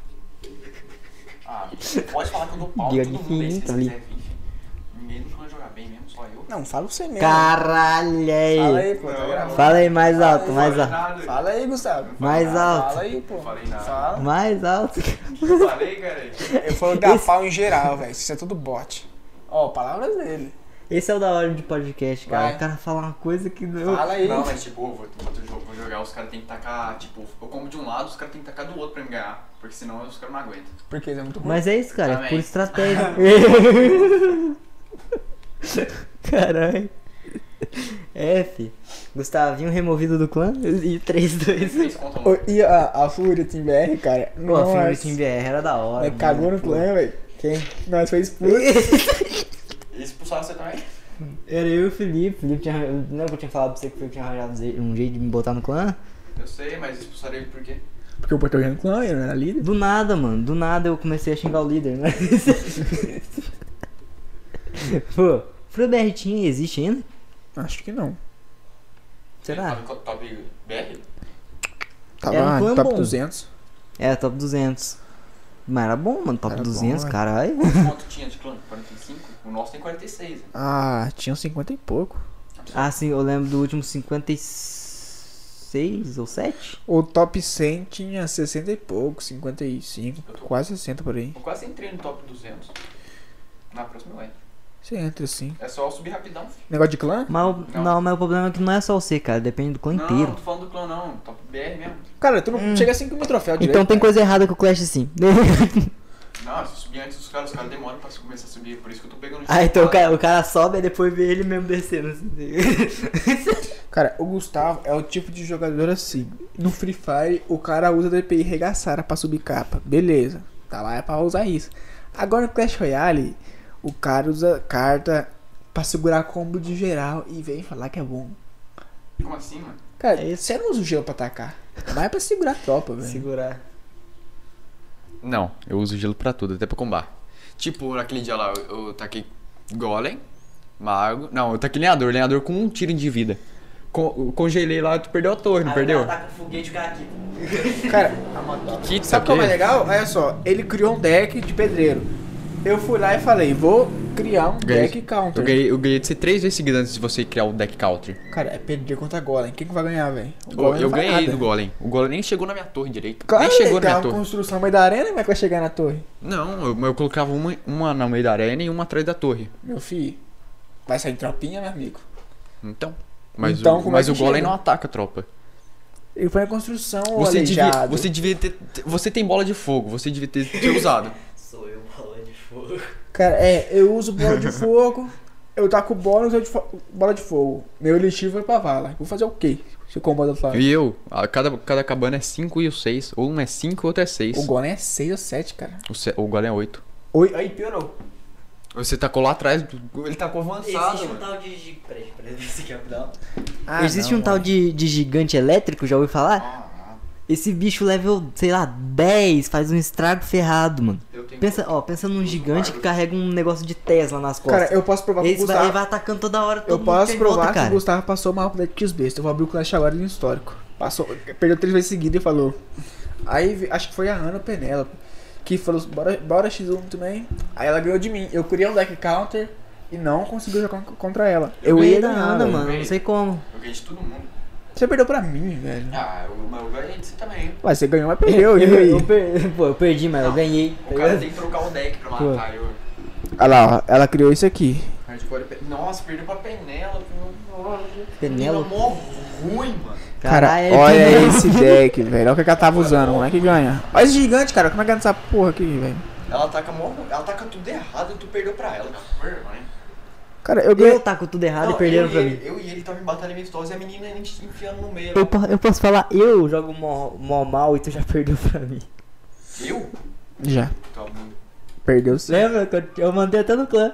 Ah, pode falar que eu dou pau em Bigode todo mundo aí, se finito vocês ali. quiserem, filho. Ninguém não vai jogar bem mesmo, só eu. Não, fala você mesmo. Caralho Fala aí. aí, pô, tá Não, gravando. Fala aí mais alto, Não mais falei alto. nada. Fala aí, Gustavo. Mais alto. Fala aí, pô. Não falei nada. Fala. Mais alto. Eu falei, cara. Eu falo dar pau em geral, velho. Isso é tudo bot. Ó, palavras dele. Esse é o da hora de podcast, cara. Vai. O cara fala uma coisa que não. Fala aí. Não, mas tipo, eu vou, vou, vou jogar, os caras tem que tacar, tipo, eu como de um lado, os caras tem que tacar do outro pra me ganhar. Porque senão os caras não aguentam. Porque isso é muito ruim. Mas é isso, cara. É Também. por estratégia. Caralho. F. Gustavinho removido do clã. E três, dois. Três contas Ô, loucas. E a, a Fúria Team B R, cara. Pô, a filme do nossa. Team B R era da hora. Nós cagou mano, no pô. clã, velho. Quem? Nós foi expulso. E expulsaram você também? Era eu e o Felipe. O Felipe tinha. Lembra que eu tinha falado pra você que o Felipe tinha arranjado um jeito de me botar no clã? Eu sei, mas expulsaram ele por quê? Porque o português no clã, ele não era líder. Do nada, mano. Do nada eu comecei a xingar o líder, né? Pô, Fúria B R tinha existe ainda? Acho que não. Será? Top, top B R? Tava Era um clã top bom. duzentos. É, top duzentos. Mas era bom, mano. Top Era bom, duzentos, velho. caralho. Quanto tinha de clã? quarenta e cinco? O nosso tem quarenta e seis. Ah, tinha uns cinquenta e pouco. Ah, sim, eu lembro do último cinquenta e seis ou sete. O top cem tinha sessenta e pouco, cinquenta e cinco, quase sessenta por aí. Eu quase entrei no top duzentos. Na próxima eu entro. Você entra sim. É só subir rapidão, filho. Negócio de clã? Mas, o- Não. não. mas o problema é que não é só você, cara. Depende do clã Não, inteiro. não tô falando do clã não. Top B R mesmo. Cara, tu não chega assim com o meu troféu direito. Então tem cara. coisa errada com o Clash sim. Não, se eu subir antes dos caras, os caras demoram pra começar a subir. Por isso que eu tô pegando Ah, então o cara, o cara sobe e depois vê ele mesmo descendo. Assim. Cara, o Gustavo é o tipo de jogador assim. No Free Fire, o cara usa D P I regaçara pra subir capa. Beleza. Tá lá é pra usar isso. Agora no Clash Royale, o cara usa carta pra segurar combo de geral e vem falar que é bom. Como assim, mano? Cara, É isso. você não usa o gelo pra atacar. Mas é pra segurar a tropa, velho. Segurar. Não, eu uso gelo pra tudo, até pra combate. Tipo, naquele dia lá, eu, eu taquei golem, mago... Não, eu taquei lenhador, lenhador com um tiro de vida. Con congelei lá, tu perdeu a torre, não perdeu? Tá com foguete, o cara aqui. Cara, Que sabe o que é o mais legal? Olha só, ele criou um deck de pedreiro. Eu fui lá e falei, vou criar um Ganhei- deck counter. Eu ganhei, eu ganhei de ser três vezes seguidas antes de você criar o deck counter. Cara, é pedreiro contra golem. Quem que vai ganhar, velho? O Eu, golem eu não faz ganhei nada. do golem. O golem nem chegou na minha torre direito. Claro, nem chegou ele na tem minha uma torre. construção no meio da arena, como é que vai chegar na torre? Não, eu, eu colocava uma, uma no meio da arena e uma atrás da torre. Meu filho, vai sair tropinha, meu amigo. Então. Mas Então, o, como é mas que o golem chega? não ataca a tropa. Ele foi na construção, ô Você devia, aleijado. você devia ter. Você tem bola de fogo, você devia ter, ter usado. Sou eu, bola de fogo. Cara, é, eu uso bola de fogo, eu taco bola e uso de fo- bola de fogo. Meu elixir foi pra vala. Vou fazer o quê? Se o combo do outro lado. E eu, a cada, cada cabana é cinco e o seis. Ou um é cinco e o outro é seis. O golem é seis ou sete, cara. O, se- o golem é oito. Oi, aí piorou. Você tacou lá atrás, ele tacou avançado, Existe um mano. tal de. gi- Peraí, peraí, esse aqui é rapidão. Ah, Existe não, um tal mano. de, de gigante elétrico, já ouviu falar? Ah, Esse bicho level, sei lá, dez, faz um estrago ferrado, mano. eu tenho Pensa, ó, pensa num gigante que carrega um negócio de Tesla nas costas. Cara, eu posso provar que o Esse vai, Gustavo... ele vai atacando toda hora, todo Eu mundo posso fica em provar volta, que o cara. Gustavo passou mal pro deck que os bestas. Eu vou abrir o Clash agora no histórico. Passou, perdeu três vezes seguidas e falou. Aí vi- acho que foi a Ana Penélope que falou, bora, bora X um também. Aí ela ganhou de mim. Eu criei um deck counter e não consegui jogar contra ela. Eu, Eu ia ia da ganhar, Ana, velho. mano, não sei como. Eu ganhei de todo mundo. Você perdeu pra mim, velho. Ah, eu, mas eu ganhei de você também. Mas você ganhou, mas perdeu. E aí? eu, per... Pô, eu perdi, mas eu ganhei. O cara tem que trocar o deck pra matar. Eu... Olha lá, ó, ela criou isso aqui. Hardcore pe- Nossa, perdeu pra Penélope. Nossa, Penélope. mó ruim, mano. Cara, Caralho, olha Penélope. esse deck, velho. Olha o que ela tava usando. Como é que ganha? Olha esse gigante, cara. Como é que ganha essa porra aqui, velho? Ela ataca mó ruim. Ela ataca tudo errado e tu perdeu pra ela. Que vergonha. Cara, eu Eu ganhei. taco tudo errado Não, e perderam eu, pra e mim. ele, eu e ele tava em batalha amistosa e a menina nem te enfiando no meio. Eu, po- eu posso falar, eu jogo mó, mó mal e tu já perdeu pra mim. Eu? Já. Tá bom. Perdeu sim. Lembra? que eu- Eu mandei até no clã.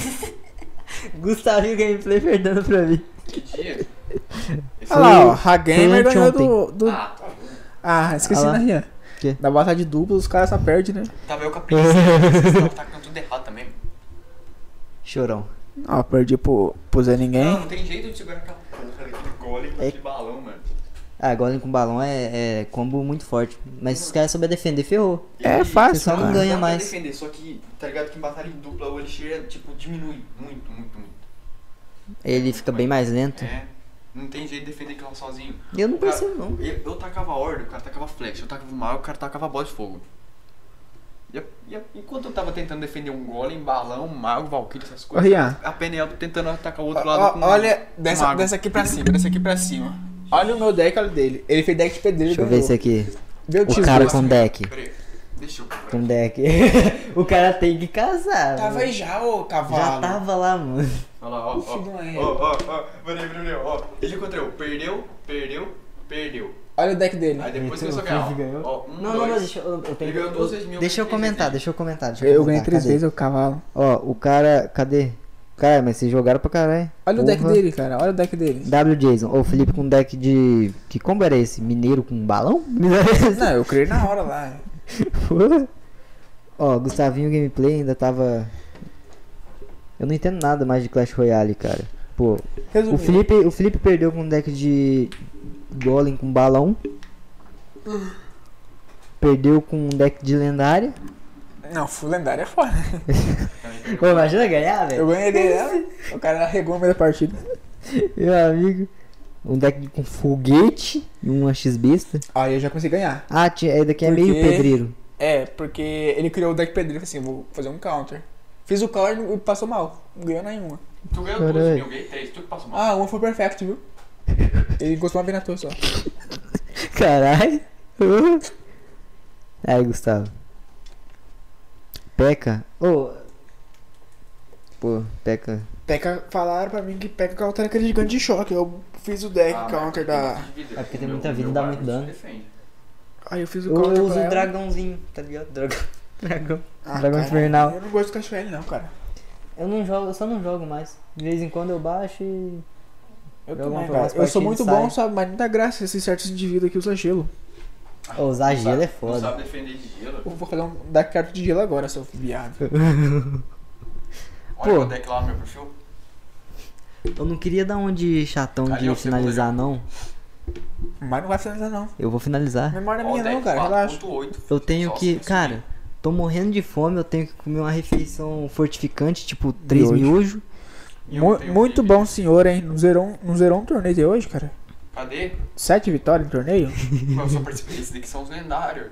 Gustavinho Gameplay perdendo pra mim. Que dia? Esse Olha lá, ó. Foi- A Gamer foi ganhou anteontem. do. do... Ah, tá bom. Ah, esqueci Ah lá. na Rian. Quê? Da batalha de dupla, os caras só perdem, né? Tava eu com a princesa. Vocês estavam atacando tudo errado também. Chorão. Ó, perdi pro, pro Zé Ninguém. Não, não tem jeito de segurar aquela porra daquele golem com É. aquele balão, mano. Ah, golem com balão é, é combo muito forte. Mas se os caras souberem defender, ferrou. É Ele- fácil, Você só não cara. ganha Dá pra mais. defender, só que, tá ligado que em batalha em dupla o Elixir, é, tipo, diminui muito, muito, muito. Ele fica bem mais lento. É, não tem jeito de defender aquilo sozinho. Eu não O cara- percebo, não. Eu, eu tacava ordem, o cara tacava flex, eu tacava mago, o cara tacava bola de fogo. E, a- e a- enquanto eu tava tentando defender um golem, balão, mago, valkyrie, essas Ô, coisas, Rian. a Penélope tentando atacar o outro Ó, lado com olha, dessa, mago. dessa aqui pra cima, dessa aqui pra cima. Olha o meu deck, olha o dele. Ele fez deck de pedreiro. Deixa eu ver ganhou. esse aqui. Vê o O tesouro. cara com deck. Peraí, deixa eu... Com deck. O cara tem que casar. Tava mano. aí já, ô cavalo. Já tava lá, mano. Olha lá, ó, ó, Filho da égua. ó, ó, ó, peraí, peraí, ó, ele contra eu, perdeu, perdeu, perdeu. Olha o deck dele. Aí depois O começou a Felipe ganhar, ganhou. ó, um, Não, dois, não, não, deixa eu. eu tenho, Ele ganhou duas vezes mil, deixa eu eu ganhei três comentar, vezes. deixa eu comentar. Deixa Eu comentar, ganhei três cadê? vezes o cavalo. Ó, o cara. Cadê? Cara, mas vocês jogaram pra caralho. Olha o deck Porra. dele, cara. Olha o deck dele. W Jason. Ô, Felipe com deck de. Que combo era esse? Mineiro com balão? Não, eu criei na hora lá. Porra. Ó, Gustavinho Gameplay ainda tava. Eu não entendo nada mais de Clash Royale, cara. Pô, o Resumindo. Felipe, o Felipe perdeu com um deck de Golem com balão. perdeu com um deck de lendária. Não, full lendário é foda. Pô, imagina ganhar, velho. Eu ganhei dela, o cara arregou no meio da partida. Meu amigo. Um deck com foguete e uma X-Besta. Aí eu já consegui ganhar. Ah, tinha, é daqui é Porque- meio pedreiro. É, porque ele criou o deck pedreiro e falou assim, vou fazer um counter. Fiz o counter e passou mal. Não ganhou nenhuma. Tu ganhou Caralho. duas, eu ganhei três. Tu que passou mal. Ah, uma foi perfect, viu? Ele encostou uma vez na tua só. Caralho. Aí, Gustavo. Peca. Ô. Pô, Peca. Peca, falaram pra mim que Peca counter era aquele gigante de choque. Eu fiz o deck Ah, counter mas da... tem muita vida. É porque tem Meu- muita vida, meu dá barco muito dano. defende. Aí eu fiz o Eu, counter eu uso pra o ela. dragãozinho, tá ligado? Dragão. Dragão. Ah, Dragão cara, infernal. Eu não gosto do Clash Royale não, cara. Eu não jogo, eu só não jogo mais. De vez em quando eu baixo e. Eu Joga também, umas cara. Eu sou partidas muito e bom, sai. sabe? Mas não dá graça esses certos indivíduos que usam gelo. Ô, usar Não gelo sabe- é foda. Não sabe defender de gelo. Eu vou fazer um deck carta de gelo agora, seu viado. Olha Pô. o deck lá no meu perfil. Eu não queria dar um de chatão Ali, de ó, finalizar, segunda não. Mas não vai finalizar não. Eu vou finalizar. Memória Ó, o minha não, deck cara. Relaxa. quatro ponto oito. Eu tenho Só que. se Cara, tô morrendo de fome, eu tenho que comer uma refeição fortificante, tipo três hoje? miojos. E eu Mu- tenho muito que- bom senhor, hein? Não zerou, um- não zerou um torneio de hoje, cara? Cadê? Sete vitórias em torneio? Eu só participei desse daqui, são os lendários.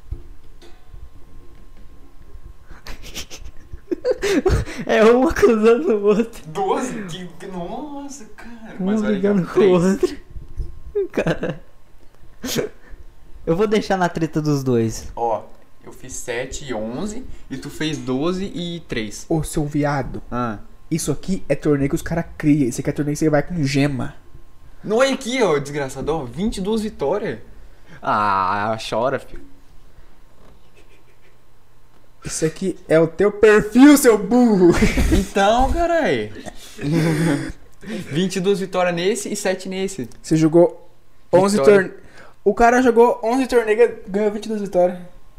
É um acusando o outro. doze? Que, que- nossa, cara. Um Mas olha aqui, ó, brigando com o três. outro. Cara. Eu vou deixar na treta dos dois. Ó, eu fiz sete e onze e tu fez doze e três. Ô, seu viado. Ah. Isso aqui é torneio que os caras criam. Isso aqui é torneio que você vai com gema. Não é aqui, ó, desgraçado, ó, vinte e duas vitórias. Ah, chora, filho. Isso aqui é o teu perfil, seu burro. Então, carai. vinte e duas vitórias nesse e sete nesse. Você jogou onze Vitória. torneios. O cara jogou onze torneios e ganhou vinte e duas vitórias.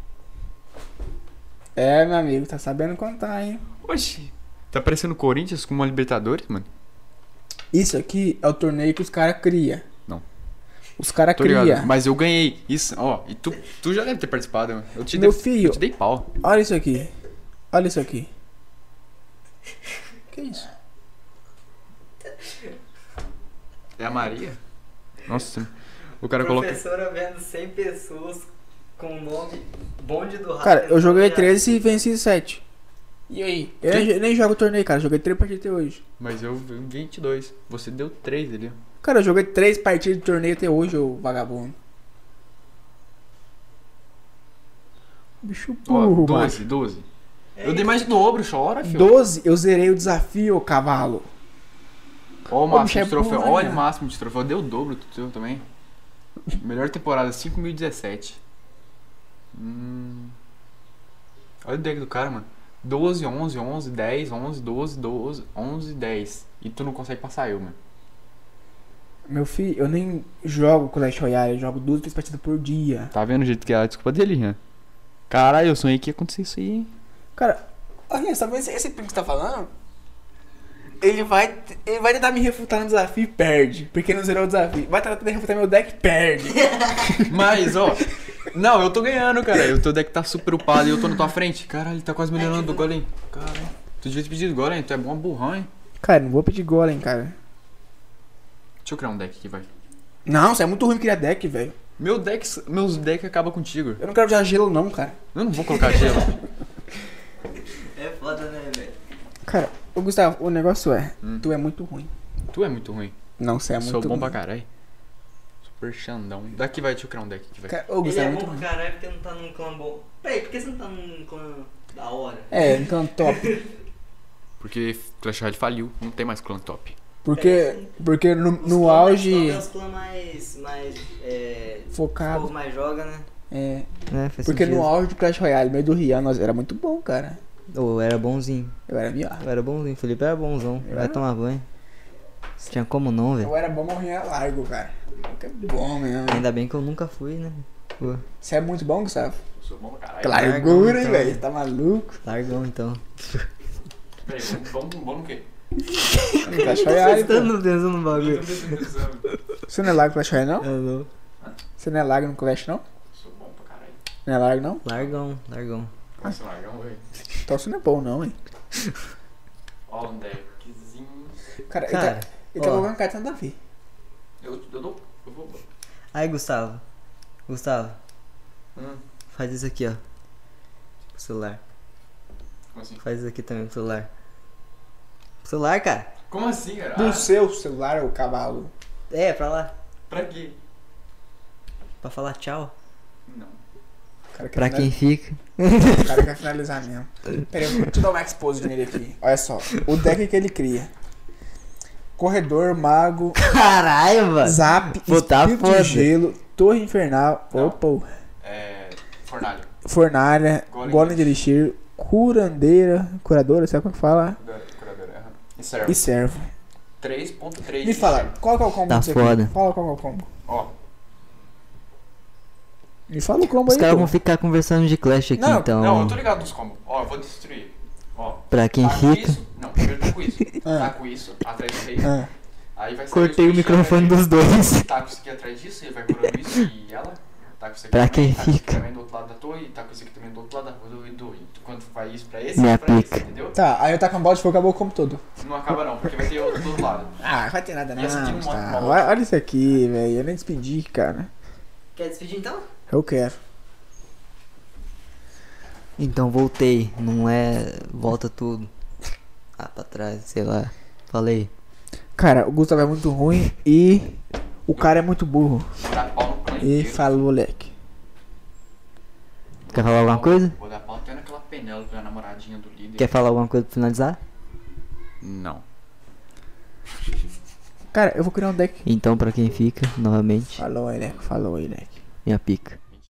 É, meu amigo, tá sabendo contar, hein? Oxi, tá parecendo Corinthians com uma Libertadores, mano? Isso aqui é o torneio que os caras criam. Não. Os caras Tô ligado, criam. mas eu ganhei. Isso, ó, e tu, tu já deve ter participado, mano. Eu te Meu dei, filho. Eu te dei pau. Olha isso aqui. Olha isso aqui. Que isso? É a Maria? Nossa, o cara coloca. Professora vendo cem pessoas com o nome bonde do rato. Cara, eu joguei treze e venci sete. E aí? Eu Quem? nem, nem jogo torneio, cara. Joguei três partidas até hoje. Mas eu vinte e dois. Você deu três ali. Cara, eu joguei três partidas de torneio até hoje, ô vagabundo. Bicho Ó, burro, mano. doze, doze. Eu dei mais de dobro, chora, filho. doze, eu zerei o desafio, ô cavalo. Ó o Ô, máximo bicho, é de troféu. burro, Olha né? o máximo de troféu. Deu o dobro do teu também. Melhor temporada, cinco mil e dezessete. Hum. Olha o deck do cara, mano. doze, onze, onze, dez, onze, doze, doze, onze, dez. E tu não consegue passar eu, mano. Meu filho, eu nem jogo Clash Royale, eu jogo duas, três partidas por dia. Tá vendo o jeito que é a desculpa dele, né? Caralho, eu sonhei que ia acontecer isso aí, hein? Cara, olha, sabe esse, esse primo que você tá falando? Ele vai, ele vai tentar me refutar no desafio e perde, porque não zerou o desafio. Vai tentar refutar meu deck e perde. Mas, ó. Não, eu tô ganhando, cara. O teu deck tá super upado e eu tô na tua frente. Caralho, tá quase melhorando do golem. Caralho. Tu devia ter pedido golem, tu é bom burrão, hein? Cara, não vou pedir golem, cara. Deixa eu criar um deck aqui, vai. Não, você é muito ruim criar deck, velho. Meu deck, meus decks acabam contigo. Eu não quero usar gelo não, cara. Eu não vou colocar gelo. É foda, né, velho? Cara, ô Gustavo, o negócio é, Hum. tu é muito ruim. Tu é muito ruim. Não, você é muito Sou bom ruim. pra caralho. Super xandão. Daqui vai, deixa eu criar um deck aqui, vai. Cara, ô Ele Gustavo é é muito bom ruim. pra caralho porque não tá num clã bom. Peraí, por que você não tá num clã da hora? É, então top. Porque Clash Royale faliu, não tem mais clã top. Porque, porque no, Os no clã- auge Os clãs mais. mais. É. Os focado. povos mais jogam, né? É, É, faz porque sentido. no auge do Clash Royale, meio do Rian, nós era muito bom, cara. Ô, eu era bonzinho. Eu era melhor. Eu era bonzinho. O Felipe era bonzão. Eu Vai era- tomar banho. Tinha como não, velho. Eu era bom, mas o Rian era largo, cara. Que bom mesmo. Ainda bem que eu nunca fui, né? Pô, Você é muito bom, Gustavo? Eu sou bom pra caralho. Que Largão, largura, hein, então. velho? Tá maluco? largão então. Peraí, bom, bom, bom no quê? No Clash Royale, pô. Prestando atenção no bagulho. Você não é largo no Clash Royale, não? Eu não. Você não é largo no Clash, não? Sou bom pra caralho. Não é largo, não? Largão, largão. Nossa, largão, velho. Então você não é bom, não, hein? Ó, um deckzinho. Cara, Cara, ele tá, ele tá ó. colocando carta nada a ver. Eu, eu dou. Eu vou. Aí, Gustavo. Gustavo, Hum, faz isso aqui, ó. Pro celular. como assim? Faz isso aqui também pro celular. Pro celular, cara. Como assim, cara? Do Ah, seu celular, o cavalo. É, pra lá. pra quê? Pra falar tchau. Não. O cara quer Pra finalizar- quem fica. O cara quer finalizar mesmo. Pera aí, deixa eu dar uma expose nele aqui. Olha só, o deck que ele cria. Corredor, mago, Caralho, mano. zap, Pô, tá espírito foda. de gelo, torre infernal, Não. opa, É. Fornalha. fornalha, Golem golem de de elixir, curandeira, curadora, sabe como que fala? Curadora, aham. E serve. E servo. três ponto três. Me fala, qual que é o combo Tá disso foda. aqui? Fala qual que é o combo. Ó. Me fala o combo Os aí, caras pô. vão ficar conversando de Clash aqui, Não, então. Não, eu tô ligado nos combos. Ó, eu vou destruir. Ó. Pra quem tá com fica. isso. Não, primeiro tá com isso. Ah. Tá com isso, atrás do rei. Ah, Aí vai sair Cortei os o bichos microfone atrás dos dois. dele. Tá com isso aqui atrás disso, ele vai curando isso e ela. Tá com isso aqui Pra também, quem tá com isso aqui fica. também do outro lado da torre, tá com isso aqui também do outro lado da torre. Do, do, quando vai isso pra esse, Me isso pra aplica. esse, entendeu? tá, aí eu taco um balde de fogo, acabou o combo todo. Não acaba não, porque vai ter outro do outro lado. Ah, vai ter nada não. E essa aqui não mostra tá. uma Olha, olha isso aqui, velho. Eu nem despedi, cara. Quer despedir então? Eu quero. Então voltei. Não é. Volta tudo. Ah, pra trás, sei lá. Falei. Cara, o Gustavo é muito ruim e o cara é muito burro. Vou dar pau no clã E inteiro. falou, moleque. Quer falar alguma coisa? Vou dar pau até naquela Penélope, a namoradinha do líder. Quer falar alguma coisa pra finalizar? Não. Cara, eu vou criar um deck. Então, pra quem fica, novamente, Falou, Eleco. Falou, Eleco. minha pica.